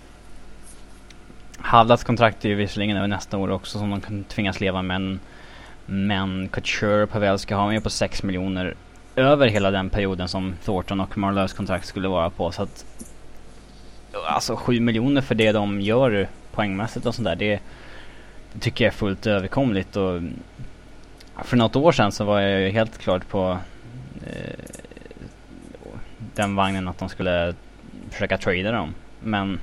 Speaker 2: Hallas kontrakt är ju visserligen över nästa år också som de kan tvingas leva med, men, men Couture och Pavel ska ha med på sex miljoner över hela den perioden som Thornton och Marleaus kontrakt skulle vara på. Så att alltså sju miljoner för det de gör poängmässigt och sånt där, det, det tycker jag är fullt överkomligt. Och för något år sedan så var jag ju helt klart på eh, den vagnen att de skulle försöka trada dem. Men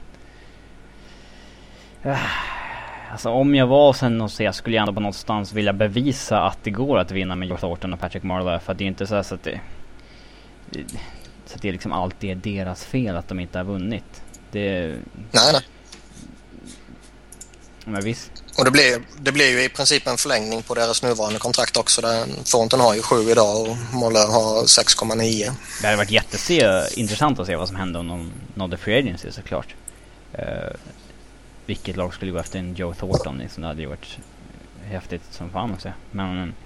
Speaker 2: eh, alltså om jag var sen och se, skulle jag ändå på någonstans vilja bevisa att det går att vinna med Joe Thornton och Patrick Marleau, för att det är inte så, så att det så att det är liksom alltid är deras fel att de inte har vunnit. Det
Speaker 1: nej, nej.
Speaker 2: Men visst.
Speaker 1: Och det blir, det blir ju i princip en förlängning på deras nuvarande kontrakt också. Där Thornton har ju sju idag och Marleau har sex komma nio.
Speaker 2: Det hade varit jätteintressant att se vad som hände om de nådde free agency, såklart. Uh, vilket lag skulle gå efter en Joe Thornton? Liksom, det hade ju varit häftigt som fan att se. Men uh,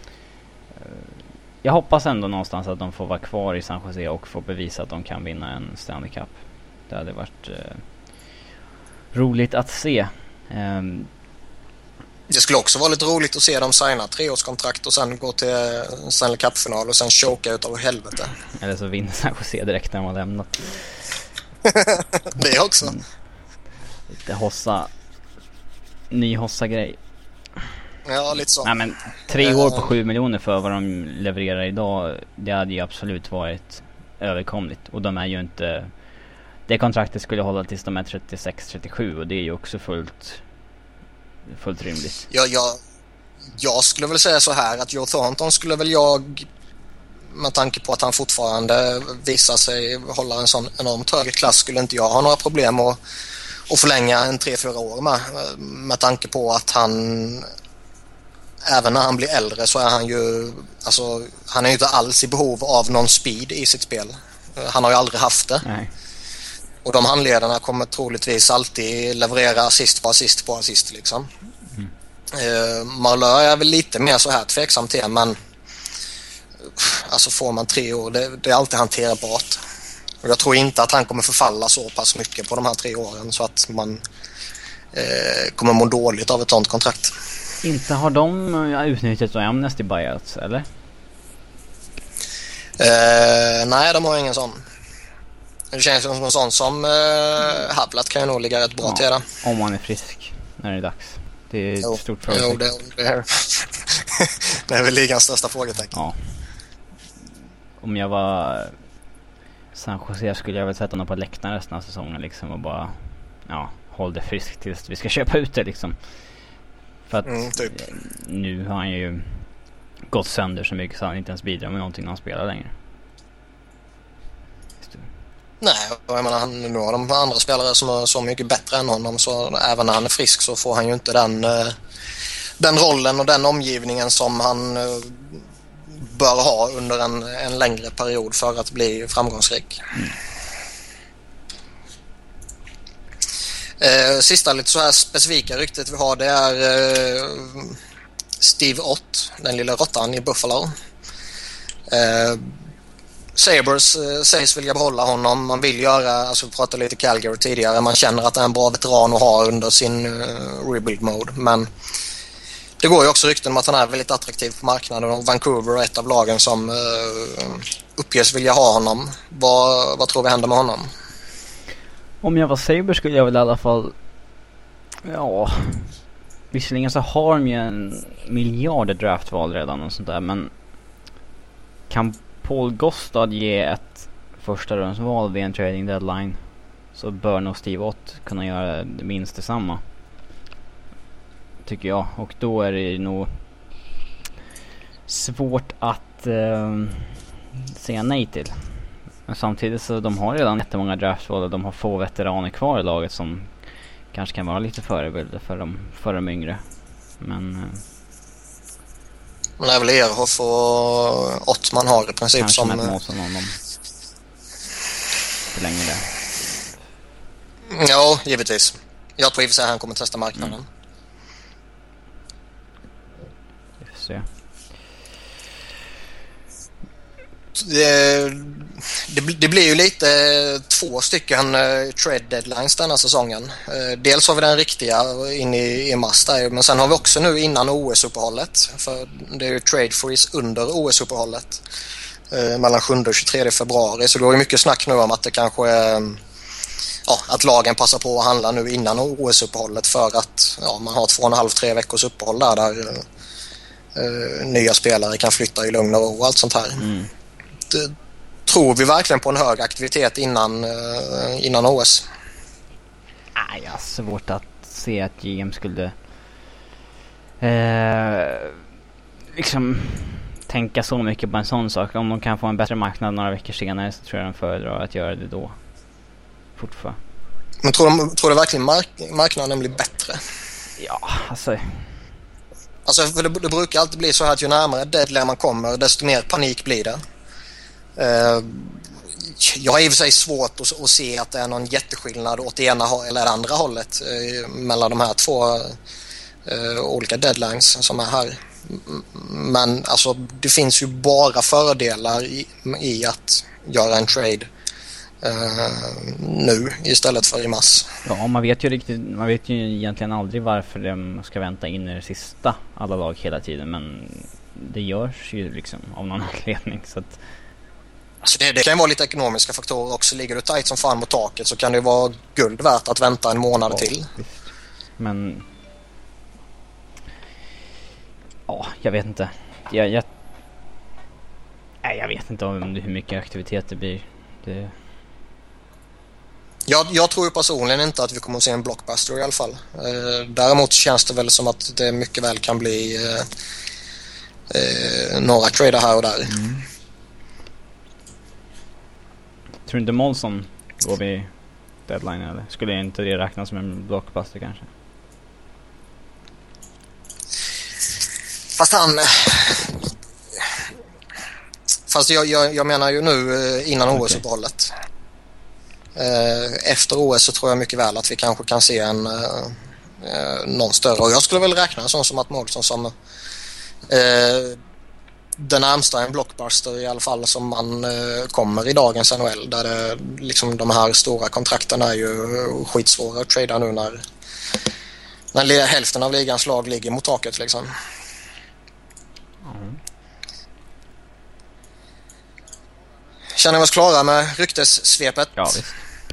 Speaker 2: jag hoppas ändå någonstans att de får vara kvar i San Jose och få bevisa att de kan vinna en Stanley Cup. Det hade varit uh, roligt att se. Um,
Speaker 1: Det skulle också vara lite roligt att se dem signa treårskontrakt och sen gå till Stanley Cup-final och sen choka ut av helvete.
Speaker 2: Eller så vinner San Jose direkt när de har lämnat.
Speaker 1: Det också. Mm.
Speaker 2: Lite hossa. Ny hossa-grej.
Speaker 1: Ja, lite så.
Speaker 2: Nej, men tre år på sju miljoner för vad de levererar idag, det hade ju absolut varit överkomligt. Och de är ju inte... Det kontraktet skulle hålla tills de är trettiosex trettiosju och det är ju också fullt fullt rimligt.
Speaker 1: Ja, jag, jag skulle väl säga så här att Joe Thornton skulle väl jag, med tanke på att han fortfarande visar sig hålla en sån enormt hög klass, skulle inte jag ha några problem att, att förlänga en tre fyra år med. Med tanke på att han även när han blir äldre så är han ju alltså, han är ju inte alls i behov av någon speed i sitt spel. Han har ju aldrig haft det.
Speaker 2: Nej.
Speaker 1: Och de handledarna kommer troligtvis alltid leverera assist på assist på assist liksom. Mm. Uh, Marleau är väl lite mer så här tveksam till, men alltså får man tre år, det, det är alltid hanterbart. Och jag tror inte att han kommer förfalla så pass mycket på de här tre åren så att man uh, kommer må dåligt av ett sånt kontrakt.
Speaker 2: Inte har de utnyttjat Amnesty buyouts, eller?
Speaker 1: Uh, nej, de har ingen sån. Det känns som en sån som uh, Havlat kan ju nog ligga rätt bra
Speaker 2: ja,
Speaker 1: till det.
Speaker 2: Om man är frisk när det är dags. Det är
Speaker 1: jo,
Speaker 2: ett stort fråga.
Speaker 1: Jo, det, det, är, det är väl ligans största frågetecken.
Speaker 2: Ja. Om jag var San Jose skulle jag väl sätta honom på läktaren resten av säsongen liksom, och bara ja, håll det friskt tills vi ska köpa ut det liksom. För att
Speaker 1: mm, typ.
Speaker 2: Nu har han ju gått sönder så mycket så han inte ens bidrar med någonting när han spelar längre.
Speaker 1: Nej, jag menar, han, nu har de andra spelare som är så mycket bättre än honom, så även när han är frisk så får han ju inte den, den rollen och den omgivningen som han bör ha under en, en längre period för att bli framgångsrik. Mm. Eh, sista lite så här specifika ryktet vi har, det är eh, Steve Ott, den lilla råttan i Buffalo. Eh, Sabres eh, sägs vilja behålla honom. Man vill göra, alltså vi pratade lite Calgary tidigare, man känner att det är en bra veteran att ha under sin uh, rebuild mode, men det det går ju också rykten om att han är väldigt attraktiv på marknaden och Vancouver är ett av lagen som uh, uppges vilja ha honom. Vad, vad tror vi händer med honom?
Speaker 2: Om jag var Saber skulle jag väl i alla fall, ja, visserligen så har de ju en miljard draftval redan och sånt där, men kan Paul Gostad ge ett första rundsval vid en trading deadline, så bör nog Steve Ott kunna göra minst detsamma, tycker jag. Och då är det nog svårt att eh, säga nej till. Men samtidigt så de har redan jättemånga draftval och de har få veteraner kvar i laget som kanske kan vara lite förebilder för de, för de yngre. Men eh,
Speaker 1: men det är väl Ehrhoff och Ott man har i princip
Speaker 2: kanske
Speaker 1: som...
Speaker 2: Matt Månsson om de förlänger det.
Speaker 1: Ja, givetvis. Jag tror i och för sig att han kommer testa marknaden. Mm.
Speaker 2: Vi får se.
Speaker 1: Det, det, det blir ju lite två stycken uh, trade deadlines denna säsongen. Uh, dels har vi den riktiga in i, i mars där, men sen har vi också nu innan O S-uppehållet. För det är ju trade freeze under O S-uppehållet. Uh, mellan sjunde och tjugotredje februari. Så det går ju mycket snack nu om att det kanske är... Uh, Ja, att lagen passar på att handla nu innan O S-uppehållet för att ja, man har två och en halv, tre veckors uppehåll där, där uh, nya spelare kan flytta i lugn och ro och allt sånt här. Mm. Det, tror vi verkligen på en hög aktivitet innan, uh, innan O S?
Speaker 2: Nej, jag har svårt att se att G M skulle uh, liksom tänka så mycket på en sån sak. Om de kan få en bättre marknad några veckor senare så tror jag de föredrar att göra det då. Fortfarande.
Speaker 1: Men tror du tror verkligen mark- marknaden blir bättre?
Speaker 2: Ja, alltså...
Speaker 1: Alltså, för det, det brukar alltid bli så här att ju närmare deadline man kommer, desto mer panik blir det. Uh, jag har i och för sig svårt att, att se att det är någon jätteskillnad åt det ena eller det andra hållet uh, mellan de här två uh, olika deadlines som är här. Men alltså, det finns ju bara fördelar i, i att göra en trade Uh, nu istället för i mars.
Speaker 2: Ja, man vet ju riktigt, man vet ju egentligen aldrig varför de ska vänta in i det sista alla lag hela tiden, men det görs ju liksom av någon anledning så att...
Speaker 1: Alltså det, det kan ju vara lite ekonomiska faktorer också. Ligger du tajt som fan mot taket så kan det vara guld värt att vänta en månad ja, till.
Speaker 2: Visst. Men ja, jag vet inte. Jag, jag... Nej, jag vet inte om det, hur mycket aktivitet det blir. Det...
Speaker 1: Jag, jag tror personligen inte att vi kommer att se en blockbuster i alla fall. Eh, däremot känns det väl som att det mycket väl kan bli eh, eh, några trader här och där. Mm.
Speaker 2: Tror du inte Molson går vid deadline eller? Skulle inte det räknas som en blockbuster kanske?
Speaker 1: Fast han... Fast jag, jag, jag menar ju nu innan okay. O S-uppehållet. Efter O S så tror jag mycket väl att vi kanske kan se en eh, någon större. Och jag skulle väl räkna en sån som Matt Molson som eh, den närmsta en blockbuster i alla fall som man eh, kommer i dagens N H L. Där det, liksom, de här stora kontrakten är ju skitsvåra att trada nu när, när hälften av ligans lag ligger mot taket liksom. Mm. Känner vi oss klara med ryktessvepet?
Speaker 2: Ja, visst.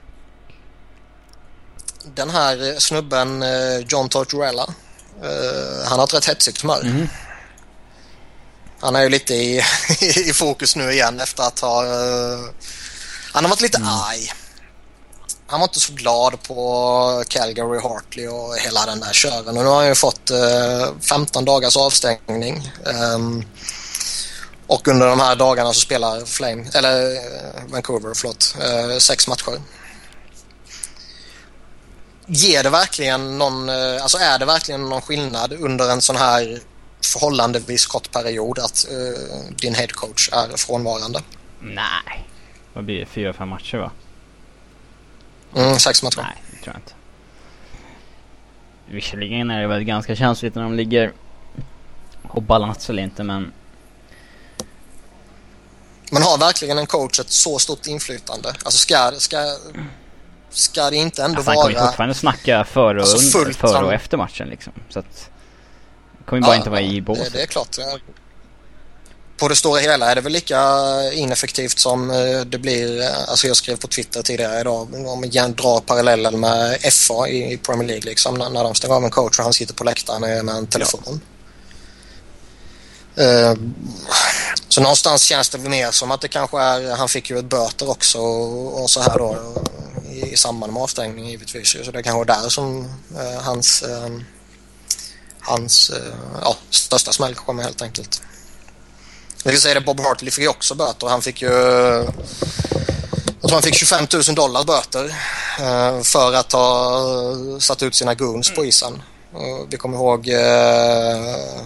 Speaker 1: Den här snubben John Tortorella, han har ett rätt hetsigt humör. Mm. Han är ju lite i, i fokus nu igen efter att ha han har varit lite mm. arg. Han var inte så glad på Calgary, Hartley och hela den där kören. Och nu har han ju fått femton dagars avstängning. Um, och under de här dagarna så spelar Flame, eller Vancouver, förlåt, uh, sex matcher. Ger det verkligen någon, alltså är det verkligen någon skillnad under en sån här förhållandevis kort period att uh, din headcoach är frånvarande?
Speaker 2: Nej. Vad blir det? Fyra, fem matcher va?
Speaker 1: Mm, sex matcher.
Speaker 2: Nej, det tror jag inte. Visserligen är det väl ganska känsligt när de ligger och balans eller inte, men
Speaker 1: man har verkligen en coach ett så stort inflytande. Alltså ska, ska, ska det inte ändå
Speaker 2: alltså,
Speaker 1: vara...
Speaker 2: Han kan ju fortfarande snacka före och, alltså före och efter matchen liksom. Så att kommer bara
Speaker 1: ja,
Speaker 2: inte vara i båset.
Speaker 1: Det, det är klart. På det stora hela är det väl lika ineffektivt som det blir. Alltså jag skrev på Twitter tidigare idag om jag drar parallellen med F A i Premier League liksom, när de stänger av en coach och han sitter på läktaren med en telefon. Ja. Uh, så någonstans känns det mer som att det kanske är, han fick ju ett böter också och, och så här då i, i samband med avstängning givetvis. Så det kanske är där som uh, hans uh, hans uh, ja, största smäll kommer helt enkelt. Jag vill säga det, Bob Hartley fick ju också böter. Han fick ju, jag tror han fick tjugofem tusen dollar böter uh, för att ha satt ut sina goons på isen. Uh, vi kommer ihåg uh,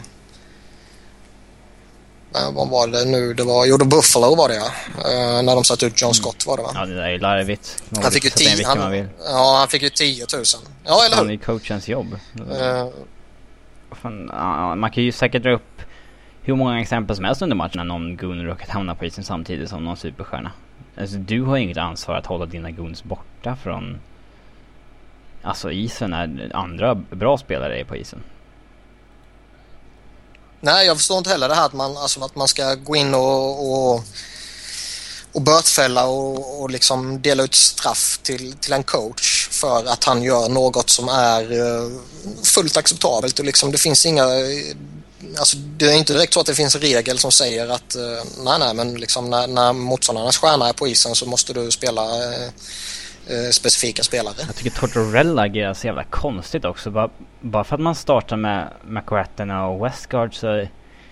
Speaker 1: vad var det nu? Det var, jo, det Buffalo var det ja. Uh, när de satt ut John Scott var det va?
Speaker 2: Ja, det där är larvigt.
Speaker 1: Han fick ju tio, han, ja, han fick ju tio tusen. Ja, eller hur?
Speaker 2: Han är coachens jobb.
Speaker 1: Uh,
Speaker 2: Fan, ja, man kan ju säkert dra upp hur många exempel som helst under matchen när någon goon råkat hamna på isen samtidigt som någon superstjärna. Alltså, du har inget ansvar att hålla dina goons borta från alltså isen när andra bra spelare är på isen.
Speaker 1: Nej, jag förstår inte heller det här att man, alltså, att man ska gå in och, och, och bötfälla och, och liksom dela ut straff till, till en coach för att han gör något som är uh, fullt acceptabelt och liksom det finns inga, alltså det är inte direkt så att det finns en regel som säger att uh, nej nej men liksom när, när motståndarnas stjärna är på isen så måste du spela uh, uh, specifika spelare.
Speaker 2: Jag tycker Tortorella agerar så jävla konstigt också. Bara, bara för att man startar med McGrattan och Westgard så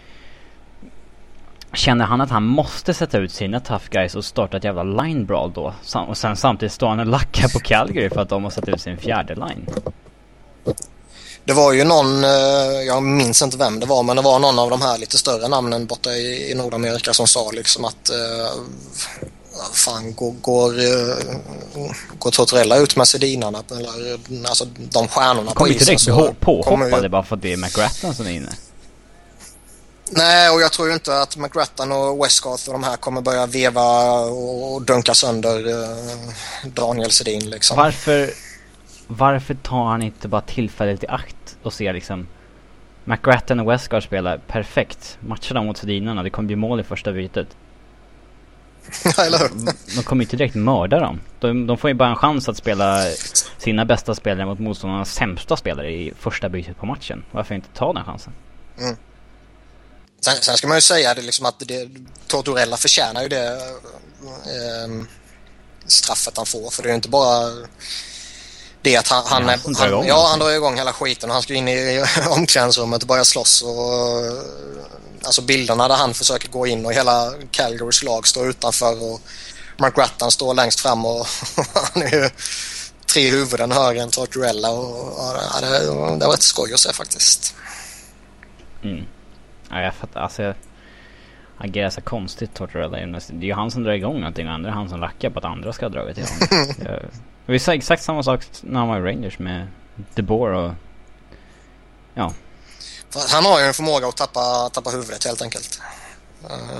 Speaker 2: känner han att han måste sätta ut sina tough guys och starta ett jävla line brawl då. Och sen samtidigt står han och lackar på Calgary för att de har satt ut sin fjärde line.
Speaker 1: Det var ju någon, jag minns inte vem det var, men det var någon av de här lite större namnen borta i, i Nordamerika som sa liksom att uh, fan, går, går, går Tortorella ut med Sedinarna eller alltså de stjärnorna på isen.
Speaker 2: Kommer inte direkt påhoppade ju bara för att det är McGrattan som är inne.
Speaker 1: Nej, och jag tror ju inte att McGrattan och Westgarth och de här kommer börja veva och dunka sönder uh, Daniel Sedin liksom.
Speaker 2: Varför, varför tar han inte bara tillfället i akt och ser liksom McGrattan och Westgarth spelar perfekt. Matchar dem mot Sedinarna, det kommer bli mål i första bytet.
Speaker 1: Eller hur?
Speaker 2: De kommer inte direkt mörda dem. De, de får ju bara en chans att spela sina bästa spelare mot motståndarnas sämsta spelare i första bytet på matchen. Varför inte ta den chansen?
Speaker 1: Mm. Sen, sen ska man ju säga det liksom att det, Tortorella förtjänar ju det eh, straffet han får. För det är ju inte bara det att han, han, ja, är, han, igång, ja, han drar igång hela skiten och han ska in i omklädningsrummet och börja slåss och alltså bilderna där han försöker gå in och hela Calgarys lag står utanför och McGrattan står längst fram och han är ju tre huvuden högre än Tortorella och ja, det, det var ett skoj att se faktiskt.
Speaker 2: Mm. Ja, jag fattar, alltså jag agerar så konstigt Tortorella. Det är ju han som drar igång någonting och andra han som lackar på att andra ska dra till honom. jag, vi sa exakt samma sak när han var i Rangers med DeBoer och ja.
Speaker 1: Han har ju en förmåga att tappa, tappa huvudet helt enkelt. Uh,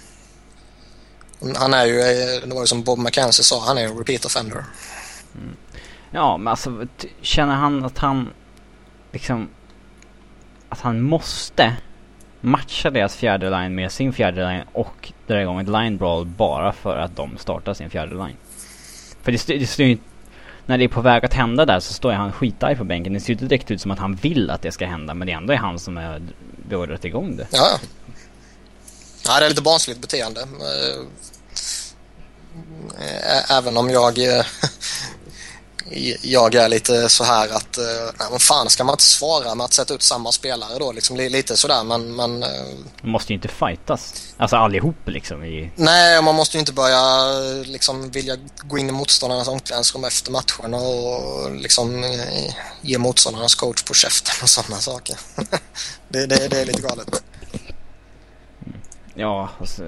Speaker 1: han är ju, det var ju som Bob McKenzie sa, han är en repeat offender.
Speaker 2: Mm. Ja, men alltså känner han att han liksom att han måste matcha deras fjärde line med sin fjärde line och dra igång ett line brawl bara för att de startar sin fjärde line. För det, st- det står ju när det är på väg att hända där så står han skitarg på bänken. Det ser ju inte direkt ut som att han vill att det ska hända, men det ändå är han som är beordrat igång det.
Speaker 1: Ja. Ja, det är lite barnsligt beteende. Även om jag jag är lite så här att nej, men fan, ska man inte svara med att sätta ut samma spelare då liksom lite sådär, men men
Speaker 2: man måste ju inte fightas. Alltså allihop liksom i...
Speaker 1: Nej, man måste ju inte börja liksom vilja gå in i motståndarnas omklädningsrum efter matchen och liksom ge motståndarnas coach på käften och sådana saker. det, det, det är lite galet.
Speaker 2: Ja, alltså...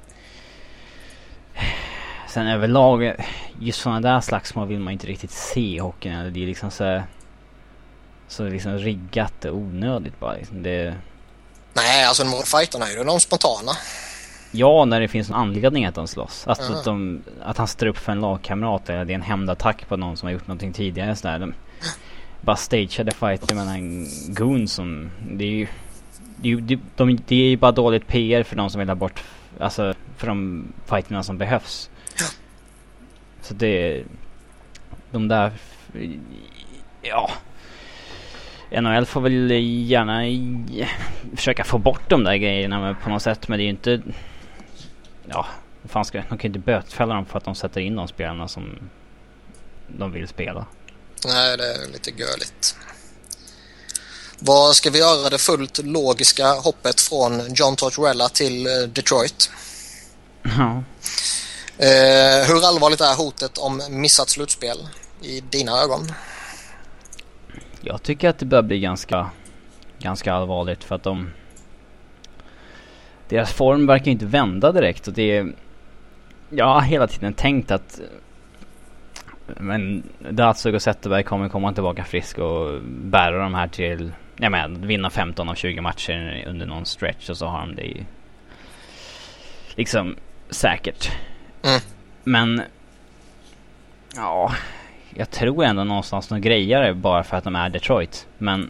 Speaker 2: Sen överlag, just sådana där slagsmål vill man inte riktigt se i hockeyn. Det är liksom så, så liksom riggat och onödigt bara. Liksom. Det...
Speaker 1: Nej, alltså de fighterna är ju de spontana.
Speaker 2: Ja, när det finns en anledning att de slåss. Att, uh-huh. att, de, att han står upp för en lagkamrat eller det är en hämndattack på någon som har gjort någonting tidigare. Så där. De bara stageade fighter med en goon som... Det är ju... det, det, de, det är ju bara dåligt P R för de som vill ha bort, alltså för de fighterna som behövs.
Speaker 1: Ja.
Speaker 2: Så det, de där, ja, N H L får väl gärna i, försöka få bort de där grejerna på något sätt, men det är ju inte, ja, fan ska, de kan ju inte bötfälla dem för att de sätter in de spelarna som de vill spela.
Speaker 1: Nej, det är lite görligt. Vad ska vi göra det fullt logiska hoppet från John Tortorella till Detroit?
Speaker 2: Ja.
Speaker 1: Eh, hur allvarligt är hotet om missat slutspel i dina ögon?
Speaker 2: Jag tycker att det börjar bli ganska ganska allvarligt, för att de deras form verkar inte vända direkt, och det är, jag har hela tiden tänkt att men Datsug och Zetterberg kommer komma tillbaka frisk och bära de här till, jag menar, vinna femton av tjugo matcher under någon stretch, och så har de det i, liksom säkert.
Speaker 1: Mm.
Speaker 2: Men ja, jag tror ändå någonstans de grejer det bara för att de är Detroit, men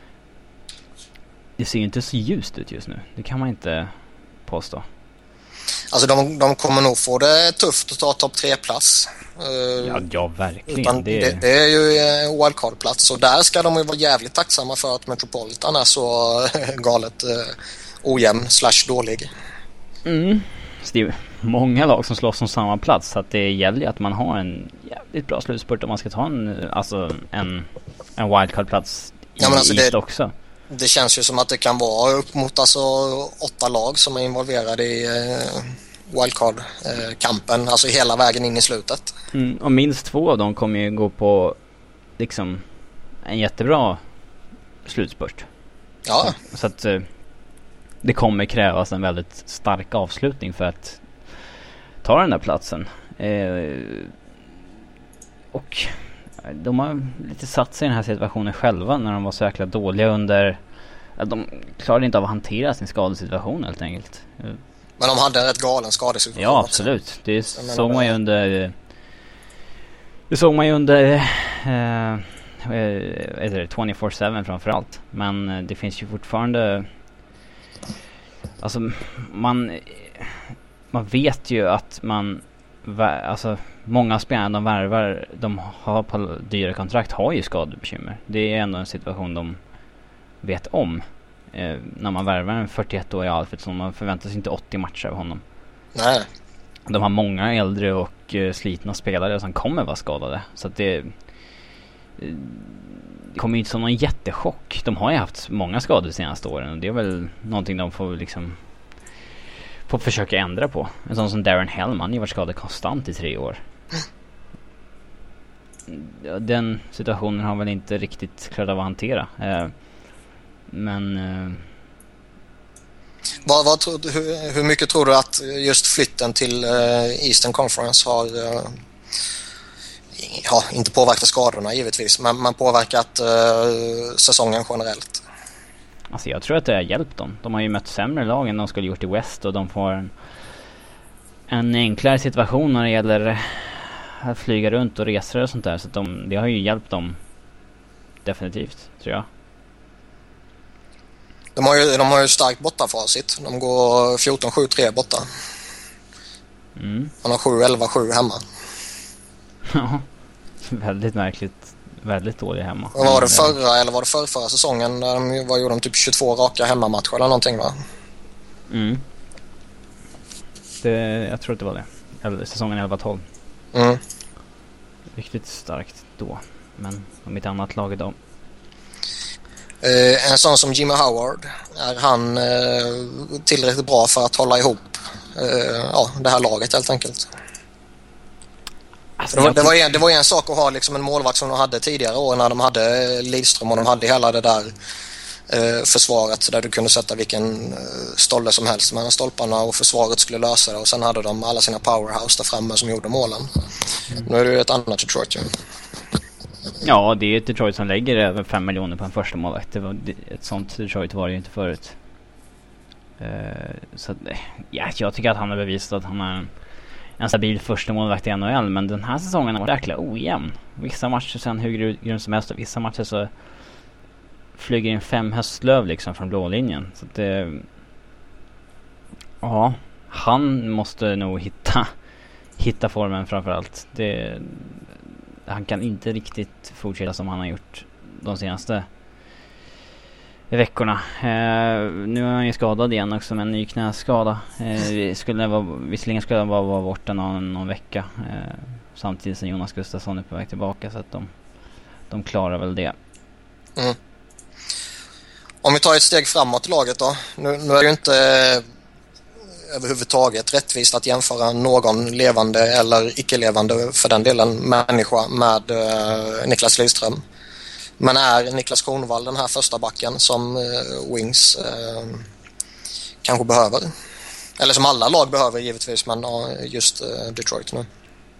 Speaker 2: det ser ju inte så ljust ut just nu. Det kan man inte påstå.
Speaker 1: Alltså de, de kommer nog få det tufft att ta topp tre-plats.
Speaker 2: Ja, ja, verkligen.
Speaker 1: Utan
Speaker 2: det...
Speaker 1: Det, det är ju en wildcard-plats, och där ska de ju vara jävligt tacksamma för att Metropolitan är så galet eh, ojämn slash dålig.
Speaker 2: Mm. Så det är många lag som slåss om samma plats, så att det gäller att man har en jävligt bra slutspurt om man ska ta en, alltså en, en wildcard-plats i
Speaker 1: ja, men alltså
Speaker 2: East
Speaker 1: det,
Speaker 2: också.
Speaker 1: Det känns ju som att det kan vara upp mot alltså åtta lag som är involverade i eh, wildcard-kampen, alltså hela vägen in i slutet.
Speaker 2: Mm, och minst två av dem kommer ju gå på liksom en jättebra slutspurt.
Speaker 1: Ja.
Speaker 2: Så, så att eh, det kommer krävas en väldigt stark avslutning för att ta den där platsen. Eh, och de har lite satt sig i den här situationen själva när de var så jäkla dåliga under... De klarade inte av att hantera sin skadesituation helt enkelt.
Speaker 1: Men de hade en rätt galen skadesituation.
Speaker 2: Ja, absolut. Det såg man ju under... Det såg man ju under... Eh, är det tjugofyra sju framförallt. Men det finns ju fortfarande... Alltså, man... Man vet ju att man... Alltså, många spelare de värvar, de har på dyra kontrakt, har ju skadebekymmer. Det är ändå en situation de vet om. Eh, när man värvar en fyrtioett-årig Alfredsson, man förväntar sig inte åttio matcher av honom.
Speaker 1: Nej.
Speaker 2: De har många äldre och eh, slitna spelare som kommer vara skadade. Så att det, eh, det kommer inte som någon jättechock. De har ju haft många skador de senaste åren, och det är väl någonting de får liksom får försöka ändra på. En sån som Darren Hellman har ju varit skadad konstant i tre år. Den situationen har väl inte riktigt klarat av att hantera. Eh, men... Eh,
Speaker 1: vad, vad tror du, hur, hur mycket tror du att just flytten till uh, Eastern Conference har... Uh, ja, inte påverkat skadorna givetvis, men, men påverkat uh, säsongen generellt?
Speaker 2: Alltså jag tror att det har hjälpt dem. De har ju mött sämre lag än de skulle gjort i West, och de får en, en enklare situation när det gäller att flyga runt och resa och sånt där. Så att de, det har ju hjälpt dem definitivt, tror jag.
Speaker 1: De har ju, de har ju starkt bortafacit. De går fjorton sju tre borta.
Speaker 2: Mm.
Speaker 1: Man har sju elva sju hemma.
Speaker 2: Ja, väldigt märkligt. Väldigt dålig hemma.
Speaker 1: Och var det förra eller var det förra, förra säsongen när de var, gjorde de typ tjugotvå raka hemmamatcher eller någonting, va?
Speaker 2: Mm. Det, jag tror att det var det. Eller säsongen elva tolv.
Speaker 1: Mm.
Speaker 2: Riktigt starkt då. Men om ett annat lag idag.
Speaker 1: Eh, en sån som Jimmy Howard, är han eh, tillräckligt bra för att hålla ihop eh, ja, det här laget helt enkelt?
Speaker 2: Alltså,
Speaker 1: det, var, det, var en, det var en sak att ha liksom en målvakt som de hade tidigare år när de hade Lidström och de hade hela det där eh, försvaret där du kunde sätta vilken eh, stolle som helst mellan stolparna och försvaret skulle lösa det, och sen hade de alla sina powerhouse där framme som gjorde målen. Mm. Nu är det ju ett annat Detroit ju.
Speaker 2: Ja, det är ett Detroit som lägger över fem miljoner på en första målvakt. Det var, ett sånt Detroit var det ju inte förut. Uh, så ja, jag tycker att han har bevisat att han är en stabil första målvakt i N H L, men den här säsongen har varit jäkla ojämn. Vissa matcher sen hur grund som helst, och vissa matcher så flyger in fem höstlöv liksom från blå linjen. Så att det, ja, han måste nog hitta hitta formen framförallt. Det, han kan inte riktigt fortsätta som han har gjort de senaste veckorna. Eh, nu är han ju skadad igen också med en ny knäskada. Eh, skulle vara, visserligen skulle han vara, vara borta någon, någon vecka. Eh, samtidigt som Jonas Gustafsson är på väg tillbaka, så att de, de klarar väl det.
Speaker 1: Mm. Om vi tar ett steg framåt i laget då. Nu, nu är det ju inte eh, överhuvudtaget rättvist att jämföra någon levande eller icke-levande, för den delen, människa med eh, Niklas Lidström. Men är Niklas Kronwall den här första backen som eh, Wings eh, kanske behöver? Eller som alla lag behöver givetvis, men ja, just eh, Detroit nu.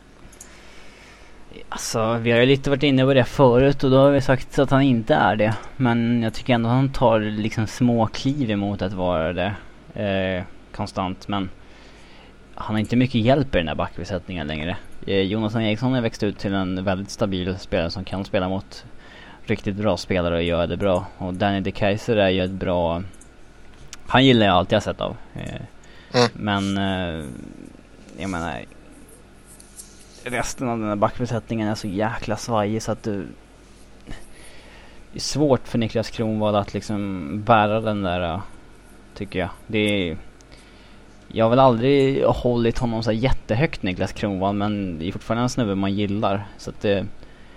Speaker 2: Alltså, vi har ju lite varit inne på det förut och då har vi sagt att han inte är det. Men jag tycker ändå att han tar liksom små kliv emot att vara det eh, konstant. Men han har inte mycket hjälp i den här backbesättningen längre. Eh, Jonas Eriksson har växt ut till en väldigt stabil spelare som kan spela mot riktigt bra spelare och göra det bra. Och Danny DeKeyser är ju ett bra... Han gillar jag alltid jag sett av. Eh, mm. Men eh, jag menar... Resten av den här backbesättningen är så jäkla svajig så att du... Det är svårt för Niklas Kronwall att liksom bära den där, tycker jag. Det är... Jag har väl aldrig hållit honom så jättehögt, Niklas Kronwall, men det är fortfarande en snubbe man gillar. Så att det...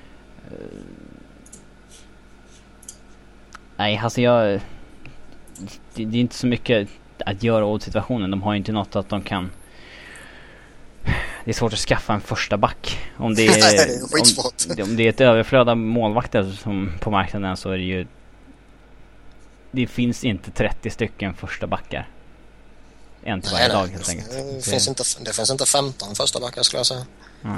Speaker 2: Nej, alltså jag... Det, det är inte så mycket att göra åt situationen. De har ju inte något att de kan... Det är svårt att skaffa en första back. Om det är,
Speaker 1: Nej, det är skitsvårt.
Speaker 2: Om, om det är ett överflöd av målvakter som på marknaden, så är det ju... Det finns inte trettio stycken första backar. En till varje dag helt enkelt.
Speaker 1: Det, det, finns inte, det finns inte femton första backar, skulle jag säga. Mm.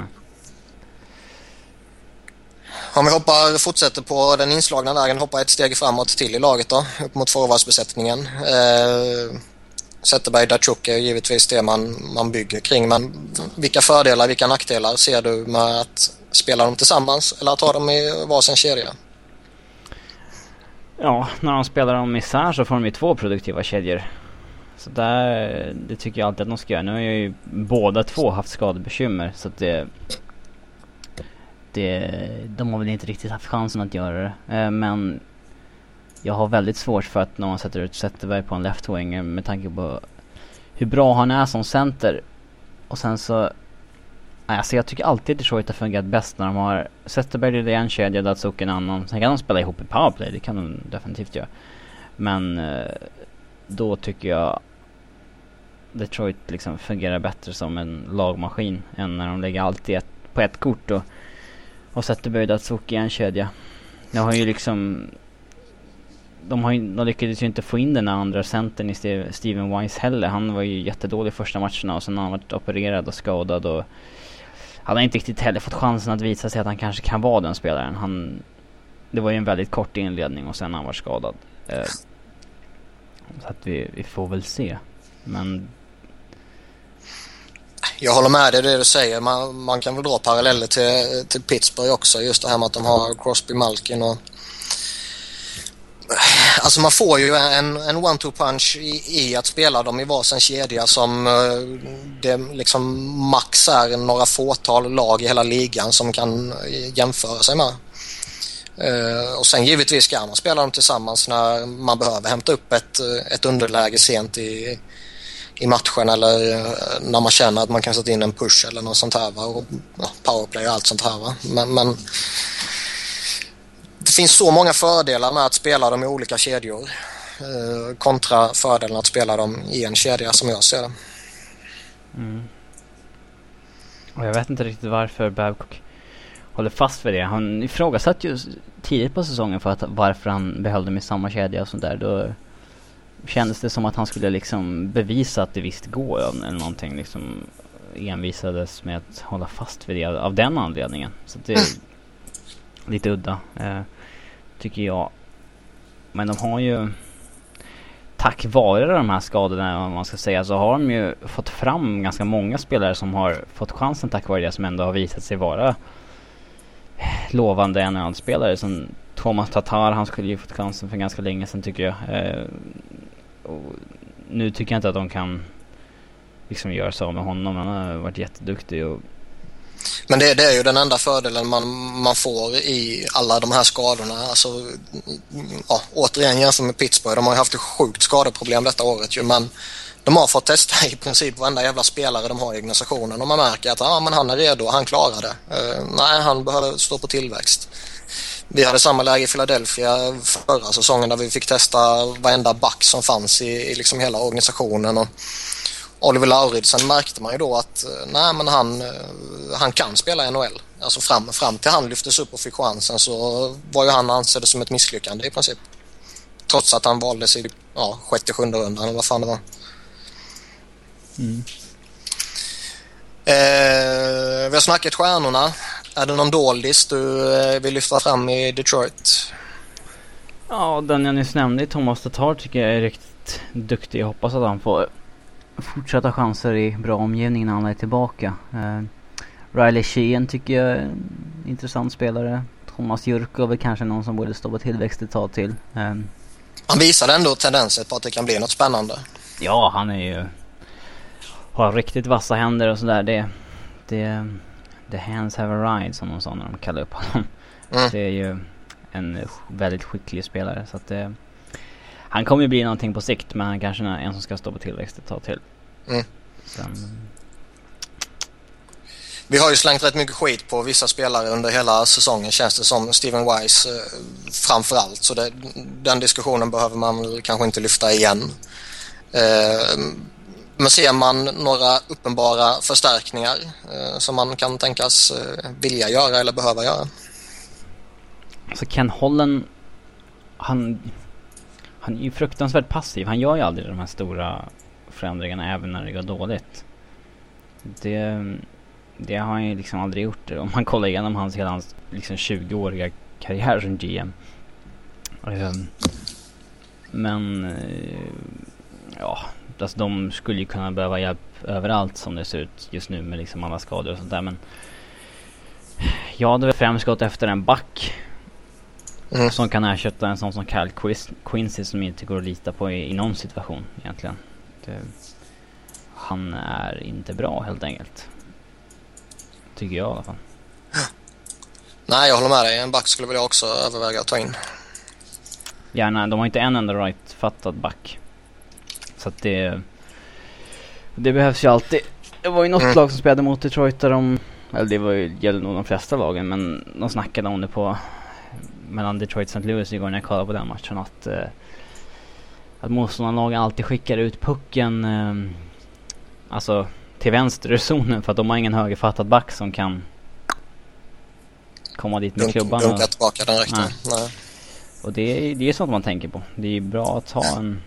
Speaker 1: Om vi hoppar, fortsätter på den inslagna vägen, hoppar ett steg framåt till i laget då, upp mot forwardsbesättningen. Eh, Zetterberg, Datsjuk är givetvis det man, man bygger kring, men vilka fördelar, vilka nackdelar ser du med att spela dem tillsammans eller att ha dem i varsin kedja?
Speaker 2: Ja, när de spelar dem isär så får de ju två produktiva kedjor. Så där, det tycker jag alltid att de ska göra. Nu har ju båda två haft skadebekymmer, så att det... Det, de har väl inte riktigt haft chansen att göra det. Eh, men jag har väldigt svårt för att när man sätter ut Zetterberg på en left winger med tanke på hur bra han är som center. Och sen så... Alltså jag tycker alltid Detroit har fungerat bäst när de har Zetterberg i en kedja, Datsuk en annan. Sen kan de spela ihop i powerplay, det kan de definitivt göra. Men eh, då tycker jag Detroit liksom fungerar bättre som en lagmaskin än när de lägger allt ett, på ett kort och Och Zetterberg, Datsuk i en kedja. Jag har ju liksom... De, har ju, de lyckades ju inte få in den andra centern i Steve, Steven Weiss heller. Han var ju jättedålig första matcherna och sen har han varit opererad och skadad. Och han har inte riktigt heller fått chansen att visa sig att han kanske kan vara den spelaren. Han, det var ju en väldigt kort inledning och sen har han varit skadad. Eh, så att vi, vi får väl se. Men...
Speaker 1: Jag håller med dig det du säger. Man, man kan väl dra paralleller till, till Pittsburgh också. Just det här med att de har Crosby, Malkin och... Alltså man får ju en, en one-two punch i, i att spela dem i varsin kedja som det liksom max är några fåtal lag i hela ligan som kan jämföra sig med. Uh, och sen givetvis ska man spela dem tillsammans när man behöver hämta upp ett, ett underläge sent i i matchen eller när man känner att man kan sätta in en push eller något sånt här, va? Och ja, powerplay och allt sånt här, va? Men, men det finns så många fördelar med att spela dem i olika kedjor eh, kontra fördelen att spela dem i en kedja som jag ser det.
Speaker 2: Mm. Och jag vet inte riktigt varför Babcock håller fast vid det. Han ifrågasatte ju tidigt på säsongen för att varför han behöll dem i samma kedja och sånt där. Då kändes det som att han skulle liksom bevisa att det visst går eller någonting, liksom envisades med att hålla fast vid det av, av den anledningen. Så det är lite udda, eh, tycker jag. Men de har ju tack vare de här skadorna, om man ska säga, så har de ju fått fram ganska många spelare som har fått chansen tack vare det, som ändå har visat sig vara lovande N H L-spelare som Thomas Tatar, han skulle ju fått chansen för ganska länge sedan tycker jag. Eh, och nu tycker jag inte att de kan liksom göra så med honom. Han har varit jätteduktig. Och...
Speaker 1: Men det, det är ju den enda fördelen man, man får i alla de här skadorna. Alltså, ja, återigen jämfört med Pittsburgh. De har ju haft ett sjukt skadeproblem detta året ju, men de har fått testa i princip varenda jävla spelare de har i organisationen. Och man märker att ah, men han är redo, han klarar det. Uh, nej, han behöver stå på tillväxt. Vi hade samma läge i Philadelphia förra säsongen där vi fick testa varenda back som fanns i, i liksom hela organisationen. Och Oliver Lauridsen märkte man ju då att nej, men han, han kan spela i N H L. Alltså fram, fram till han lyftes upp och fick chansen så var ju han ansedd som ett misslyckande i princip. Trots att han valdes i ja, sjätte, sjunde rundan eller vad fan det var.
Speaker 2: Mm.
Speaker 1: Eh, vi har snackat stjärnorna. Är det någon doldis du eh, vill lyfta fram i Detroit?
Speaker 2: Ja, den jag nyss nämnde, Thomas Tatar, tycker jag är riktigt duktig. Jag hoppas att han får fortsätta chanser i bra omgivning när han är tillbaka. Eh, Riley Sheehan tycker jag är en intressant spelare. Thomas Jurkov är kanske någon som borde stå på tillväxt ett tag till. Eh,
Speaker 1: han visade ändå tendenser på att det kan bli något spännande.
Speaker 2: Ja, han är ju har riktigt vassa händer och sådär. Det, det, the hands have a ride som de sa när de kallar upp honom. Mm. Det är ju en väldigt skicklig spelare. Så att det, han kommer ju bli någonting på sikt, men han kanske är en som ska stå på tillväxt ett tag till.
Speaker 1: Mm.
Speaker 2: Sen,
Speaker 1: vi har ju slängt rätt mycket skit på vissa spelare under hela säsongen, känns det som. Steven Weiss eh, framförallt. Så det, den diskussionen behöver man kanske inte lyfta igen. Eh, men ser man några uppenbara förstärkningar eh, som man kan tänkas eh, vilja göra eller behöva göra?
Speaker 2: Så Ken Holland, han, han är ju fruktansvärt passiv. Han gör ju aldrig de här stora förändringarna även när det går dåligt. Det, det har han ju liksom aldrig gjort. Om man kollar igenom hans hela hans liksom tjugoåriga karriär som G M. Um, men ja, alltså de skulle ju kunna behöva hjälp överallt som det ser ut just nu med liksom alla skador och sånt där. Men jag hade väl främst gått efter en back mm. som kan ersätta en sån som Kyle Quincy som inte går att lita på i, i någon situation egentligen. Det, han är inte bra helt enkelt. Tycker jag i alla fall.
Speaker 1: Nej, jag håller med dig. En back skulle väl jag också överväga att ta in.
Speaker 2: Gärna, de har inte en enda right-fattad back. Så att det det behövs ju alltid. Det var ju något mm. lag som spelade mot Detroit där de, eller det var ju, gällde nog de flesta lagen, men de snackade om det på mellan Detroit och Saint Louis igår när jag kollade på den matchen att eh, att motståndarlagen alltid skickar ut pucken eh, alltså till vänster i zonen för att de har ingen högerfattad back som kan komma dit med Dunk, klubban
Speaker 1: och, tillbaka den riktigt. Nej. Nej.
Speaker 2: Och det är, det är sånt man tänker på. Det är bra att ha en.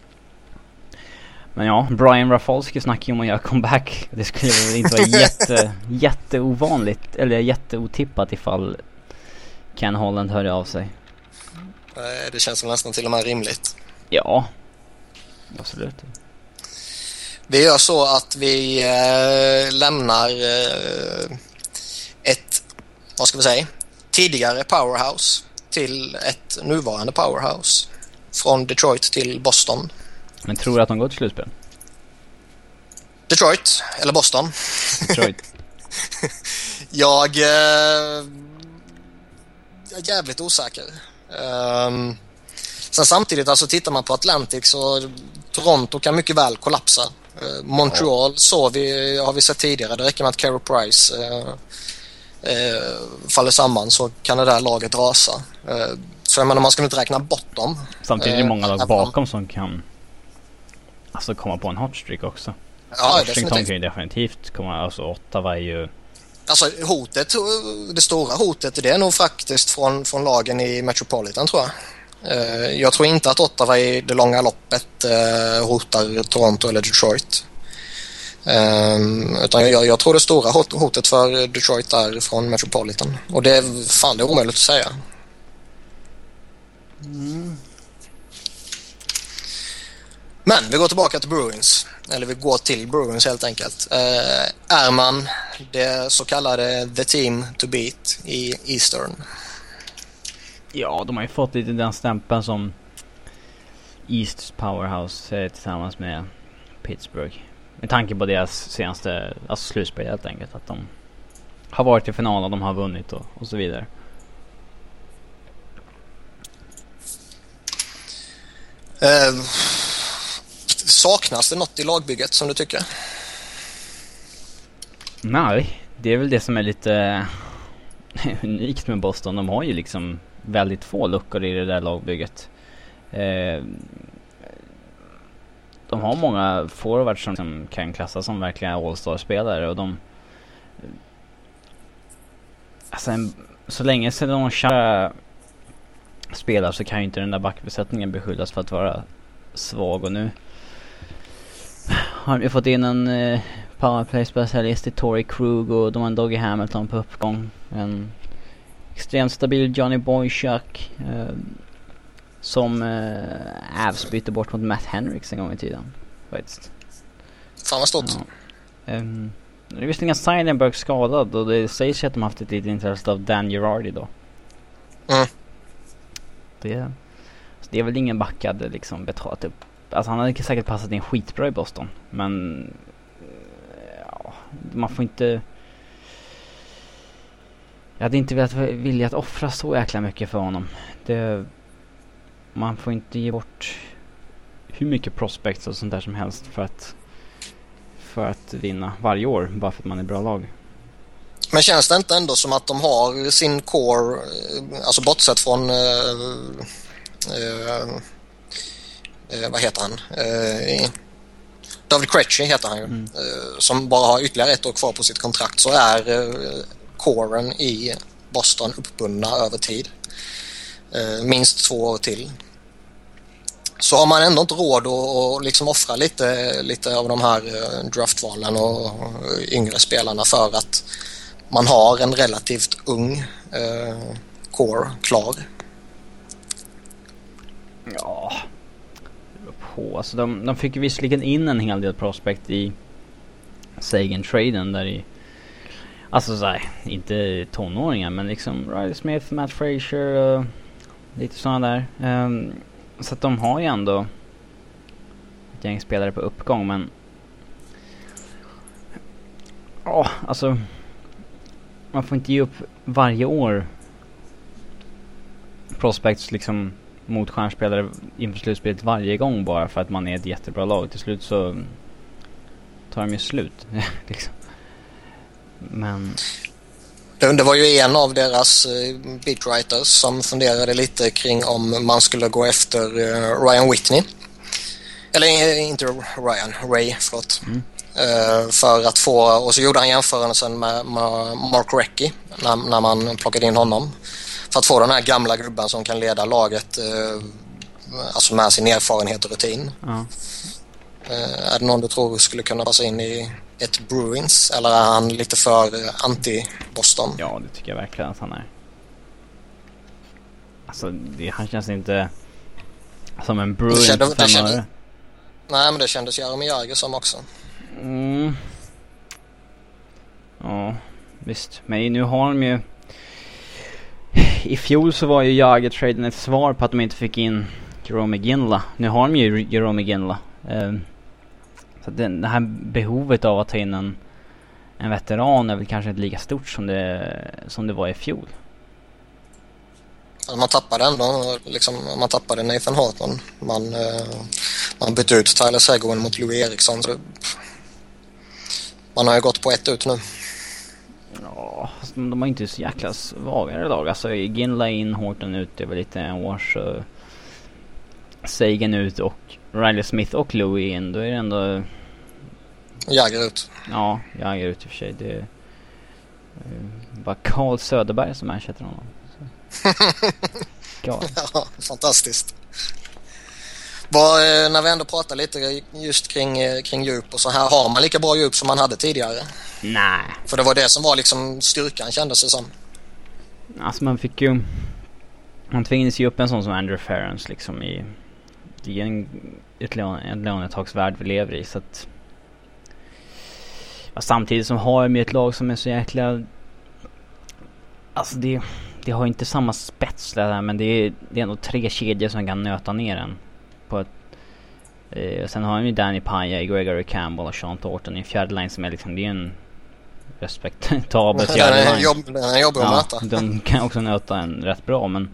Speaker 2: Men ja, Brian Rafalski snackar ju om att göra comeback. Det skulle väl inte vara jätte, jätteovanligt eller jätteotippat ifall Ken Holland hörde av sig.
Speaker 1: Det känns som nästan till och med rimligt.
Speaker 2: Ja, absolut.
Speaker 1: Vi gör så att vi äh, lämnar äh, ett, vad ska vi säga, tidigare powerhouse till ett nuvarande powerhouse. Från Detroit till Boston.
Speaker 2: Men tror du att de går till slutspel?
Speaker 1: Detroit eller Boston?
Speaker 2: Detroit.
Speaker 1: jag, eh, jag är jävligt osäker. Um, sen samtidigt, alltså tittar man på Atlantic så Toronto kan mycket väl kollapsa. Uh, Montreal ja. så vi, har vi sett tidigare. Det räcker med att Carey Price uh, uh, faller samman så kan det där laget rasa. Uh, så jag menar, man ska inte räkna bort dem.
Speaker 2: Samtidigt är det många lag bakom som kan alltså komma på en hot streak också.
Speaker 1: Ja,
Speaker 2: Washington definitivt. Kan ju definitivt komma, alltså Ottawa är ju
Speaker 1: alltså hotet, det stora hotet, det är nog faktiskt från, från lagen i Metropolitan tror jag. Uh, jag tror inte att Ottawa i det långa loppet uh, hotar Toronto eller Detroit. Um, utan jag, jag tror det stora hot, hotet för Detroit är från Metropolitan. Och det är fan, det är omöjligt att säga.
Speaker 2: Mm.
Speaker 1: Men vi går tillbaka till Bruins. Eller vi går till Bruins helt enkelt. Uh, är man det så kallade the team to beat i Eastern?
Speaker 2: Ja, de har ju fått lite den stämpeln som East Powerhouse eh, tillsammans med Pittsburgh. Med tanke på deras senaste alltså slutspel helt enkelt. Att de har varit i final och de har vunnit och, och så vidare.
Speaker 1: Eh, saknas det något i lagbygget som du tycker?
Speaker 2: Nej, det är väl det som är lite unikt med Boston. De har ju liksom väldigt få luckor i det där lagbygget. Eh, de har många forwards som liksom kan klassas som verkligen all-star-spelare och de alltså en, så länge sedan de kör spelar så kan ju inte den där backbesättningen beskyllas för att vara svag, och nu har vi fått in en eh, powerplay-specialist i Torrey Krug och de har en Dougie Hamilton på uppgång, en extremt stabil Johnny Boychuk eh, som eh, Avs bytte bort mot Matt Henricks en gång i tiden faktiskt.
Speaker 1: Fan vad stort.
Speaker 2: Ja. Um, det är visst inga Seidenberg skadad och det sägs att de haft ett litet intresse av Dan Girardi då.
Speaker 1: Mm.
Speaker 2: Det, det är väl ingen backad liksom betalat upp. Alltså han hade säkert passat in skitbra i Boston, men ja, man får inte. Jag hade inte velat vilja att offra så jäkla mycket för honom. Det, man får inte ge bort hur mycket prospects och sånt där som helst för att för att vinna varje år bara för att man är bra lag.
Speaker 1: Men känns det inte ändå som att de har sin core, alltså bortsett från uh, uh, uh, vad heter han? Uh, David Krejci heter han ju. Mm. Uh, som bara har ytterligare ett år kvar på sitt kontrakt, så är uh, coren i Boston uppbundna över tid. Uh, minst två år till. Så har man ändå inte råd att, att liksom offra lite, lite av de här draftvalen och yngre spelarna för att man har en relativt ung eh, core klar.
Speaker 2: Ja, på. Alltså de, de fick ju visserligen in en hel del prospect i Sagan-traden där i, alltså så här, inte tonåringar men liksom Riley Smith, Matt Frazier och lite sådana där. Um, så att de har ju ändå ett gäng spelare på uppgång, men ja, oh, alltså man får inte ge upp varje år prospects liksom mot stjärnspelare inför slutspelet varje gång bara för att man är ett jättebra lag. Till slut så tar de ju slut liksom. Men
Speaker 1: det var ju en av deras beatwriters som funderade lite kring om man skulle gå efter Ryan Whitney, eller inte Ryan, Ray förlåt. Mm. Uh, för att få, och så gjorde han jämförelsen med, med Mark Recchi när, när man plockade in honom för att få den här gamla gubben som kan leda laget uh, alltså med sin erfarenhet och rutin. Uh. Uh, är det någon du tror skulle kunna passa in i ett Bruins, eller är han lite för uh, anti-Boston?
Speaker 2: Ja, det tycker jag verkligen att han är. Alltså det, han känns inte som en Bruins kände, det kände,
Speaker 1: nej, men det kändes Jaromir Jagr som också.
Speaker 2: Mm. Ja, visst. Men nu har de ju, i fjol så var ju Jagr-traden ett svar på att de inte fick in Jarome Iginla. Nu har de ju Jarome Iginla. Um, så det, det här behovet av att ta in en, en veteran är väl kanske inte lika stort som det, som det var i fjol.
Speaker 1: Man tappade ändå liksom, man tappade Nathan Hartman. Man, uh, man bytte ut Tyler Seguin mot Louis Eriksson, så man har ju gått på ett ut nu.
Speaker 2: Ja, de har inte så jäkla svagare lag. Alltså Iginla in, Horton ut över lite en år, så Sagan ut och Riley Smith och Louis in. Då är det ändå
Speaker 1: Jagr ut.
Speaker 2: Ja, Jagr ut i och för sig. Det är bara Carl Söderberg som ersätter honom.
Speaker 1: Ja, fantastiskt. Var, när vi ändå pratar lite just kring, kring djup och så här, har man lika bra djup som man hade tidigare?
Speaker 2: Nej.
Speaker 1: För det var det som var liksom styrkan, kändes det som.
Speaker 2: Alltså man fick ju, man tvingades ju upp en sån som Andrew Ference liksom i, det är en, ett lånetagsvärld vi lever i, så att ja, samtidigt som har vi ett lag som är så jäkla, alltså det, det har inte samma spets där, men det är, det är ändå tre kedjor som kan nöta ner den på ett, eh, sen har han ju Danny Paya, Gregory Campbell och Sean Thornton i fjärde line som är liksom, det är en respektabel fjärde line.
Speaker 1: Jobb, den är jobbig att
Speaker 2: ja,
Speaker 1: möta.
Speaker 2: De kan också nöta en rätt bra, men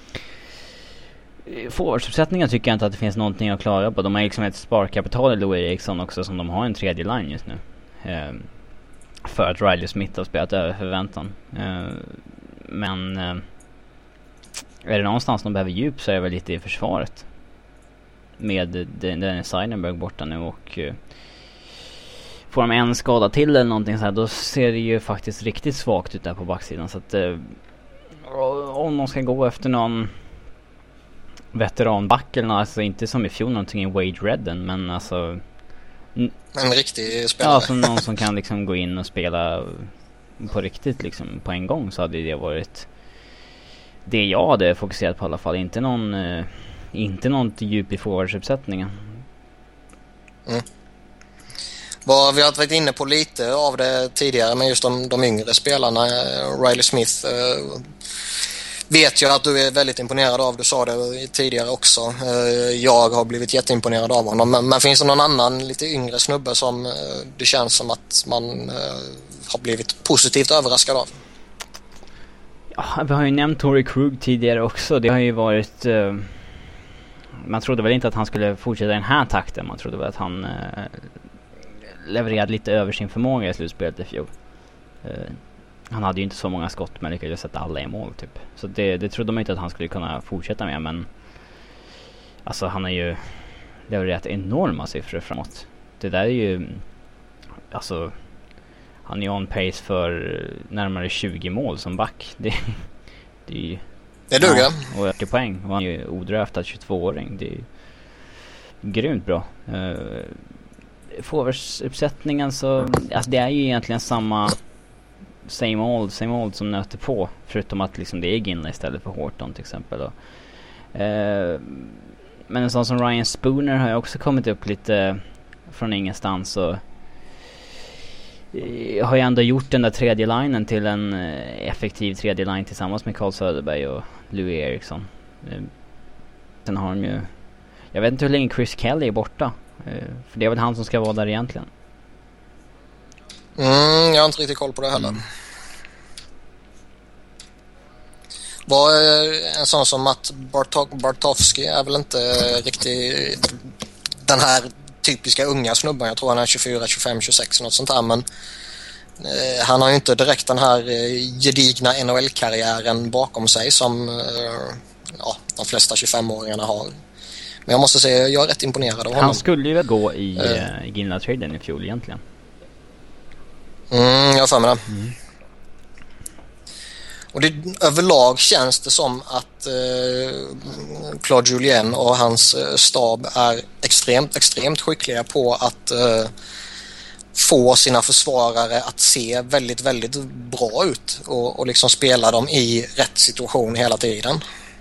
Speaker 2: forwardsuppsättningen tycker jag inte att det finns någonting att klara på. De har liksom ett sparkapital i Louis Eriksson också, som de har en tredje line just nu. Eh, för att Riley Smith har spelat över förväntan. Eh, men eh, är det någonstans de behöver djup så är det väl lite i försvaret. Med Dennis Seidenberg borta nu och eh, får de en skada till eller någonting så här, då ser det ju faktiskt riktigt svagt ut där på backsidan. Så att eh, om de ska gå efter någon veteranback eller något, alltså inte som i fjol någonting i Wade Redden, men alltså
Speaker 1: n- en riktig spelare.
Speaker 2: Ja, som någon som kan liksom gå in och spela på riktigt liksom på en gång, så hade det varit det jag hade fokuserat på i alla fall. Inte någon eh, inte något djup i forwardsuppsättningen.
Speaker 1: Mm. Vad vi har varit inne på lite av det tidigare, men just de, de yngre spelarna, Riley Smith eh, vet jag att du är väldigt imponerad av. Du sa det tidigare också. Jag har blivit jätteimponerad av honom. Men, men finns det någon annan lite yngre snubbe som det känns som att man har blivit positivt överraskad av?
Speaker 2: Ja, vi har ju nämnt Torrey Krug tidigare också. Det har ju varit... Uh, man trodde väl inte att han skulle fortsätta den här takten. Man trodde väl att han uh, levererade lite över sin förmåga i slutspelet i fjol. Uh, Han hade ju inte så många skott, men lyckades sätta alla i mål typ. Så det, det trodde man inte att han skulle kunna fortsätta med, men alltså han har ju levererat enorma siffror framåt. Det där är ju alltså han är on pace för närmare tjugo mål som back. Det, det är ju
Speaker 1: det duger.
Speaker 2: Ja, och öka poäng. Och han är ju odraftad tjugotvå-åring. Det är ju grymt bra. Uh, Forwardsuppsättningen så alltså det är ju egentligen samma same old, same old som nöter på, förutom att liksom det är Ginla istället för Horton till exempel då. Eh, men en sån som Ryan Spooner har ju också kommit upp lite från ingenstans och eh, har ju ändå gjort den där tredje linen till en eh, effektiv tredje line tillsammans med Carl Söderberg och Louis Eriksson. Eh, sen har de ju, jag vet inte hur länge Chris Kelly är borta, eh, för det är väl han som ska vara där egentligen.
Speaker 1: Mm, jag har inte riktigt koll på det heller. Mm. Vad en sån som Matt Bartok- Bartowski är väl inte riktigt den här typiska unga snubben. Jag tror han är tjugofyra, tjugofem, tjugosex något sånt där, men eh, han har ju inte direkt den här eh, gedigna N H L-karriären bakom sig som eh, ja, de flesta tjugofem-åringarna har. Men jag måste säga, jag är rätt imponerad av honom.
Speaker 2: Han skulle ju gå i uh, Ginla-traden i fjol egentligen.
Speaker 1: Mm, jag får med det.
Speaker 2: Mm.
Speaker 1: Och det, överlag känns det som att eh, Claude Julien och hans eh, stab är extremt, extremt skickliga på att eh, få sina försvarare att se väldigt, väldigt bra ut och, och liksom spela dem i rätt situation hela tiden.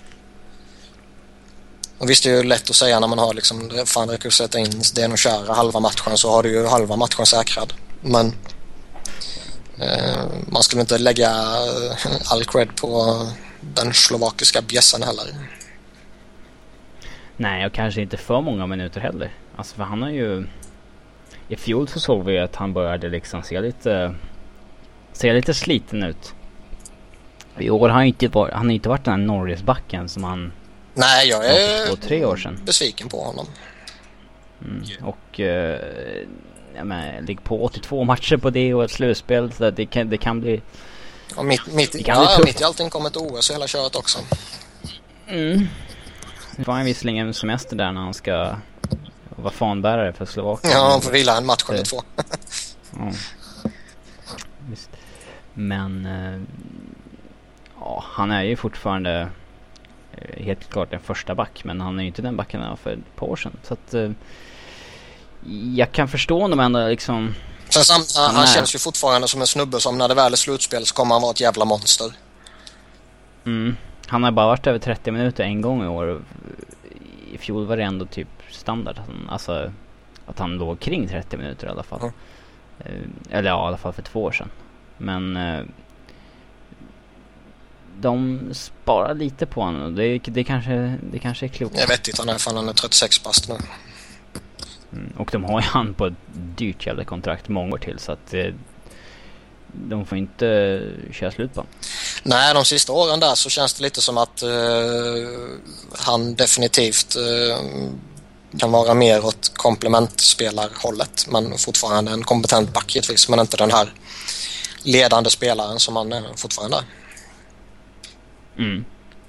Speaker 1: Och visst, det är ju lätt att säga när man har liksom, fan räcker att sätta in den och köra halva matchen, så har du ju halva matchen säkrad. Men eh, man skulle inte lägga all cred på den slovakiska bjässen heller.
Speaker 2: Nej, och kanske inte för många minuter heller. Alltså, för han har ju... I fjol så såg vi att han började liksom se lite... Se lite sliten ut. I år har han inte varit, han har inte varit den här Norrisbacken som han...
Speaker 1: Nej, jag är
Speaker 2: två, tre år sedan.
Speaker 1: besviken på honom.
Speaker 2: Mm. Och eh, ja, men, ligger på åttiotvå matcher på det och ett slutspel, så det kan, det kan bli...
Speaker 1: Och mitt, mitt,
Speaker 2: det kan
Speaker 1: ja,
Speaker 2: bli
Speaker 1: mitt i allting kommer ett O S och hela köret också.
Speaker 2: Mm. Det var en visserligen semester där när han ska vara fanbärare för Slovakien.
Speaker 1: Ja, han får vila en match eller två.
Speaker 2: Ja. Visst. Men eh, ja, han är ju fortfarande eh, helt klart en första back, men han är ju inte den backen han var för ett par år sedan. Så att eh, jag kan förstå honom ändå liksom.
Speaker 1: Sen samt, han, han känns ju fortfarande som en snubbe som när det väl är slutspel så kommer han vara ett jävla monster.
Speaker 2: Mm. Han har bara varit över trettio minuter en gång i år. I fjol var det ändå typ standard. Alltså att han låg kring trettio minuter i alla fall. Mm. Eller ja, i alla fall för två år sedan. Men de sparar lite på honom. Det, det, kanske, det kanske är klokt.
Speaker 1: Jag vet inte, han är, fan, han är trettiosex bast nu.
Speaker 2: Mm, och de har ju han på ett dyrt jävla kontrakt många år till, så att eh, de får inte köra slut på honom.
Speaker 1: Nej, de sista åren där så känns det lite som att eh, han definitivt eh, kan vara mer åt komplementspelarhållet, men fortfarande en kompetent back givetvis, men inte den här ledande spelaren som han är fortfarande är.
Speaker 2: Mm.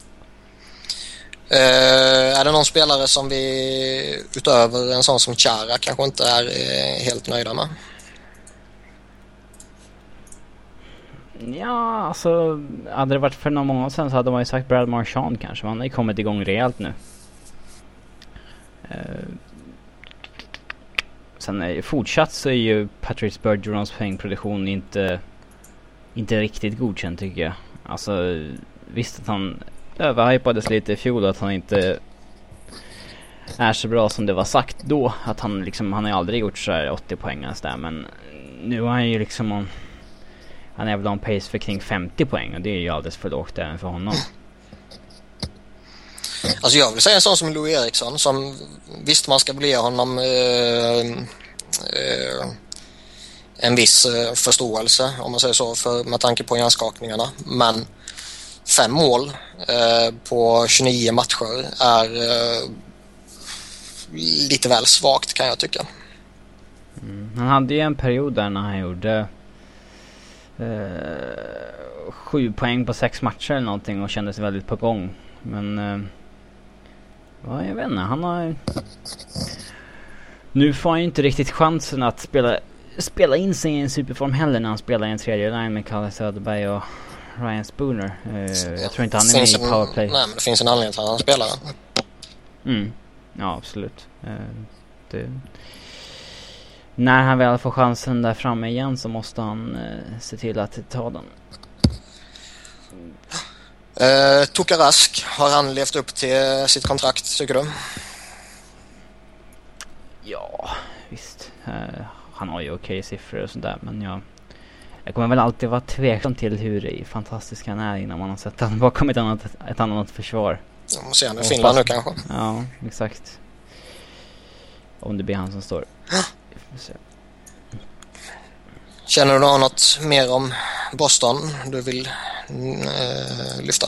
Speaker 1: Uh, är det någon spelare som vi utöver en sån som Chara kanske inte är uh, helt nöjda med?
Speaker 2: Ja, alltså hade det varit för någon månad sedan så hade man ju sagt Brad Marchand kanske. Man har ju kommit igång rejält nu. Uh, sen är, fortsatt så är ju Patrice Bergerons poängproduktion inte inte riktigt godkänd tycker jag. Alltså visst att han överhypades lite i fjol, att han inte är så bra som det var sagt då, att han liksom, han har ju aldrig gjort så här åttio poäng där, men nu har han ju liksom, han är väl on pace för kring femtio poäng och det är ju alldeles för lågt även för honom.
Speaker 1: Alltså jag vill säga en sån som Louis Eriksson, som visst man ska bli honom eh, eh, en viss eh, förståelse om man säger så, för, med tanke på hjärnskakningarna, men fem mål eh, på tjugonio matcher är eh, lite väl svagt kan jag tycka.
Speaker 2: Mm. Han hade ju en period där när han gjorde eh, sju poäng på sex matcher eller någonting och kändes väldigt på gång. Men eh, ja, jag vet inte, han har nu får han ju inte riktigt chansen att spela spela in sig i en superform heller när han spelar i en tredje line med Kalle Söderberg och Ryan Spooner. Uh, jag tror inte han är med i powerplay.
Speaker 1: Nej, men det finns en anledning till att han spelar.
Speaker 2: Mm. Ja, absolut. Uh, det... När han väl får chansen där framme igen så måste han uh, se till att ta den.
Speaker 1: Uh, Tokarask, har han levt upp till sitt kontrakt tycker du?
Speaker 2: Ja, visst. Uh, han har ju okej siffror och sådär, men jag Jag kommer väl alltid vara tveksam till hur fantastisk han är innan man har sett han bakom ett annat, ett annat försvar.
Speaker 1: Jag måste se han i Finland nu kanske.
Speaker 2: Ja, exakt. Om det blir han som står.
Speaker 1: Känner du något mer om Boston du vill äh, lyfta?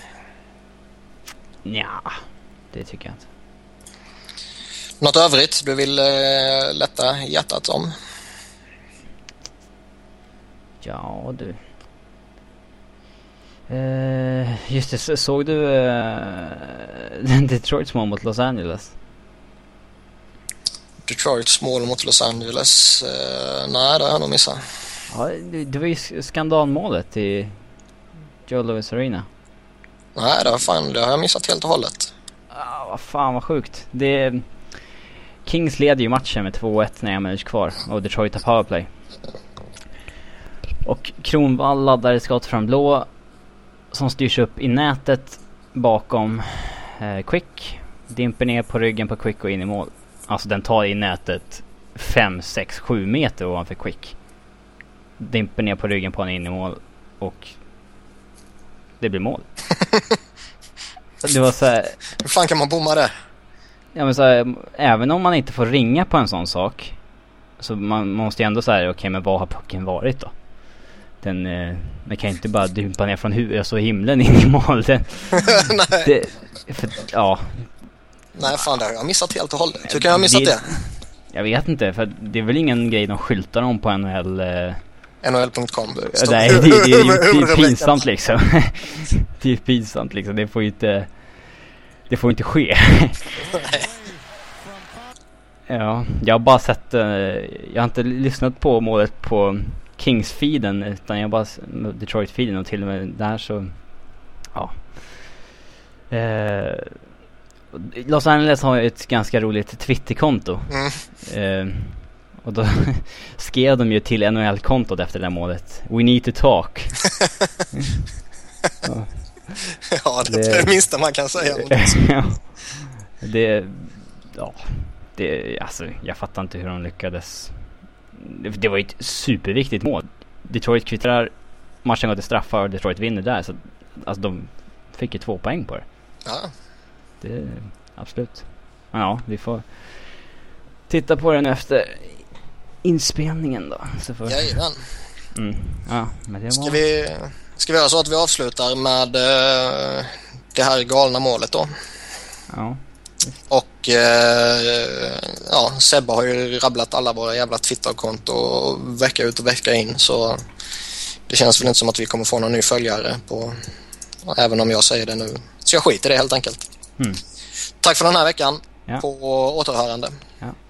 Speaker 2: Ja, det tycker jag inte.
Speaker 1: Något övrigt du vill äh, lätta hjärtat om?
Speaker 2: Ja, du. Uh, just det, såg du uh, Detroits mål mot Los Angeles?
Speaker 1: Detroits mål mot Los Angeles? Uh, nej, det har jag nog missat.
Speaker 2: Ja, det, det var ju skandalmålet i Joe Louis Arena.
Speaker 1: Nej, det har, fan, det har jag missat helt och hållet.
Speaker 2: Ah, vad fan, vad sjukt. Det, Kings leder ju matchen med två ett när jag minns kvar och Detroit har powerplay. Och Kronwall laddar ett skott från blå som styrs upp i nätet bakom eh, Quick. Dimper ner på ryggen på Quick och in i mål. Alltså den tar i nätet fem, sex, sju meter ovanför Quick. Dimper ner på ryggen på en in i mål och det blir mål. Det var så här,
Speaker 1: hur fan kan man bomma det?
Speaker 2: Ja, men så här, även om man inte får ringa på en sån sak så man, man måste ju ändå säga okej, okay, men vad har pucken varit då? Den, eh, man kan inte bara dumpa ner från huvudet så himlen in i mål. Den,
Speaker 1: Nej.
Speaker 2: Det, för, ja.
Speaker 1: Nej, fan, det har jag missat helt och hållet. Hur kan jag ha missat det, det?
Speaker 2: Jag vet inte, för det är väl ingen grej de skyltar om på N H L. Eh.
Speaker 1: N H L punkt com.
Speaker 2: Nej, det, det, det, det, det är pinsamt liksom. Det är pinsamt liksom. Det får ju inte, det får inte ske. Ja, jag har bara sett, eh, jag har inte lyssnat på målet på Kings-feeden utan jag bara Detroit-feeden och till och med där så ja. Eh, Los Angeles har ju ett ganska roligt Twitter-konto. Mm. Eh, och då skrev de ju till N H L-kontot efter det där målet. We need to talk.
Speaker 1: Ja, ja det, det är det minsta man kan säga.
Speaker 2: Ja. Det, ja, det, alltså, jag fattar inte hur de lyckades. Det, det var ju ett superviktigt mål. Detroit kvittrar, matchen går till straffar och Detroit vinner där. Så alltså de fick ju två poäng på det.
Speaker 1: Ja.
Speaker 2: Det absolut. Ja, vi får titta på den efter inspelningen då. Så får...
Speaker 1: Jajamän.
Speaker 2: Mm. Ja, men det var...
Speaker 1: Ska vi, ska vi göra så att vi avslutar med uh, det här galna målet då?
Speaker 2: Ja.
Speaker 1: Och uh, ja, Sebbe har ju rabblat alla våra jävla Twitterkonto vecka ut och vecka in, så det känns väl inte som att vi kommer få någon ny följare på, även om jag säger det nu. Så jag skiter i det helt enkelt.
Speaker 2: Mm.
Speaker 1: Tack för den här veckan.
Speaker 2: Ja.
Speaker 1: På återhörande.
Speaker 2: Ja.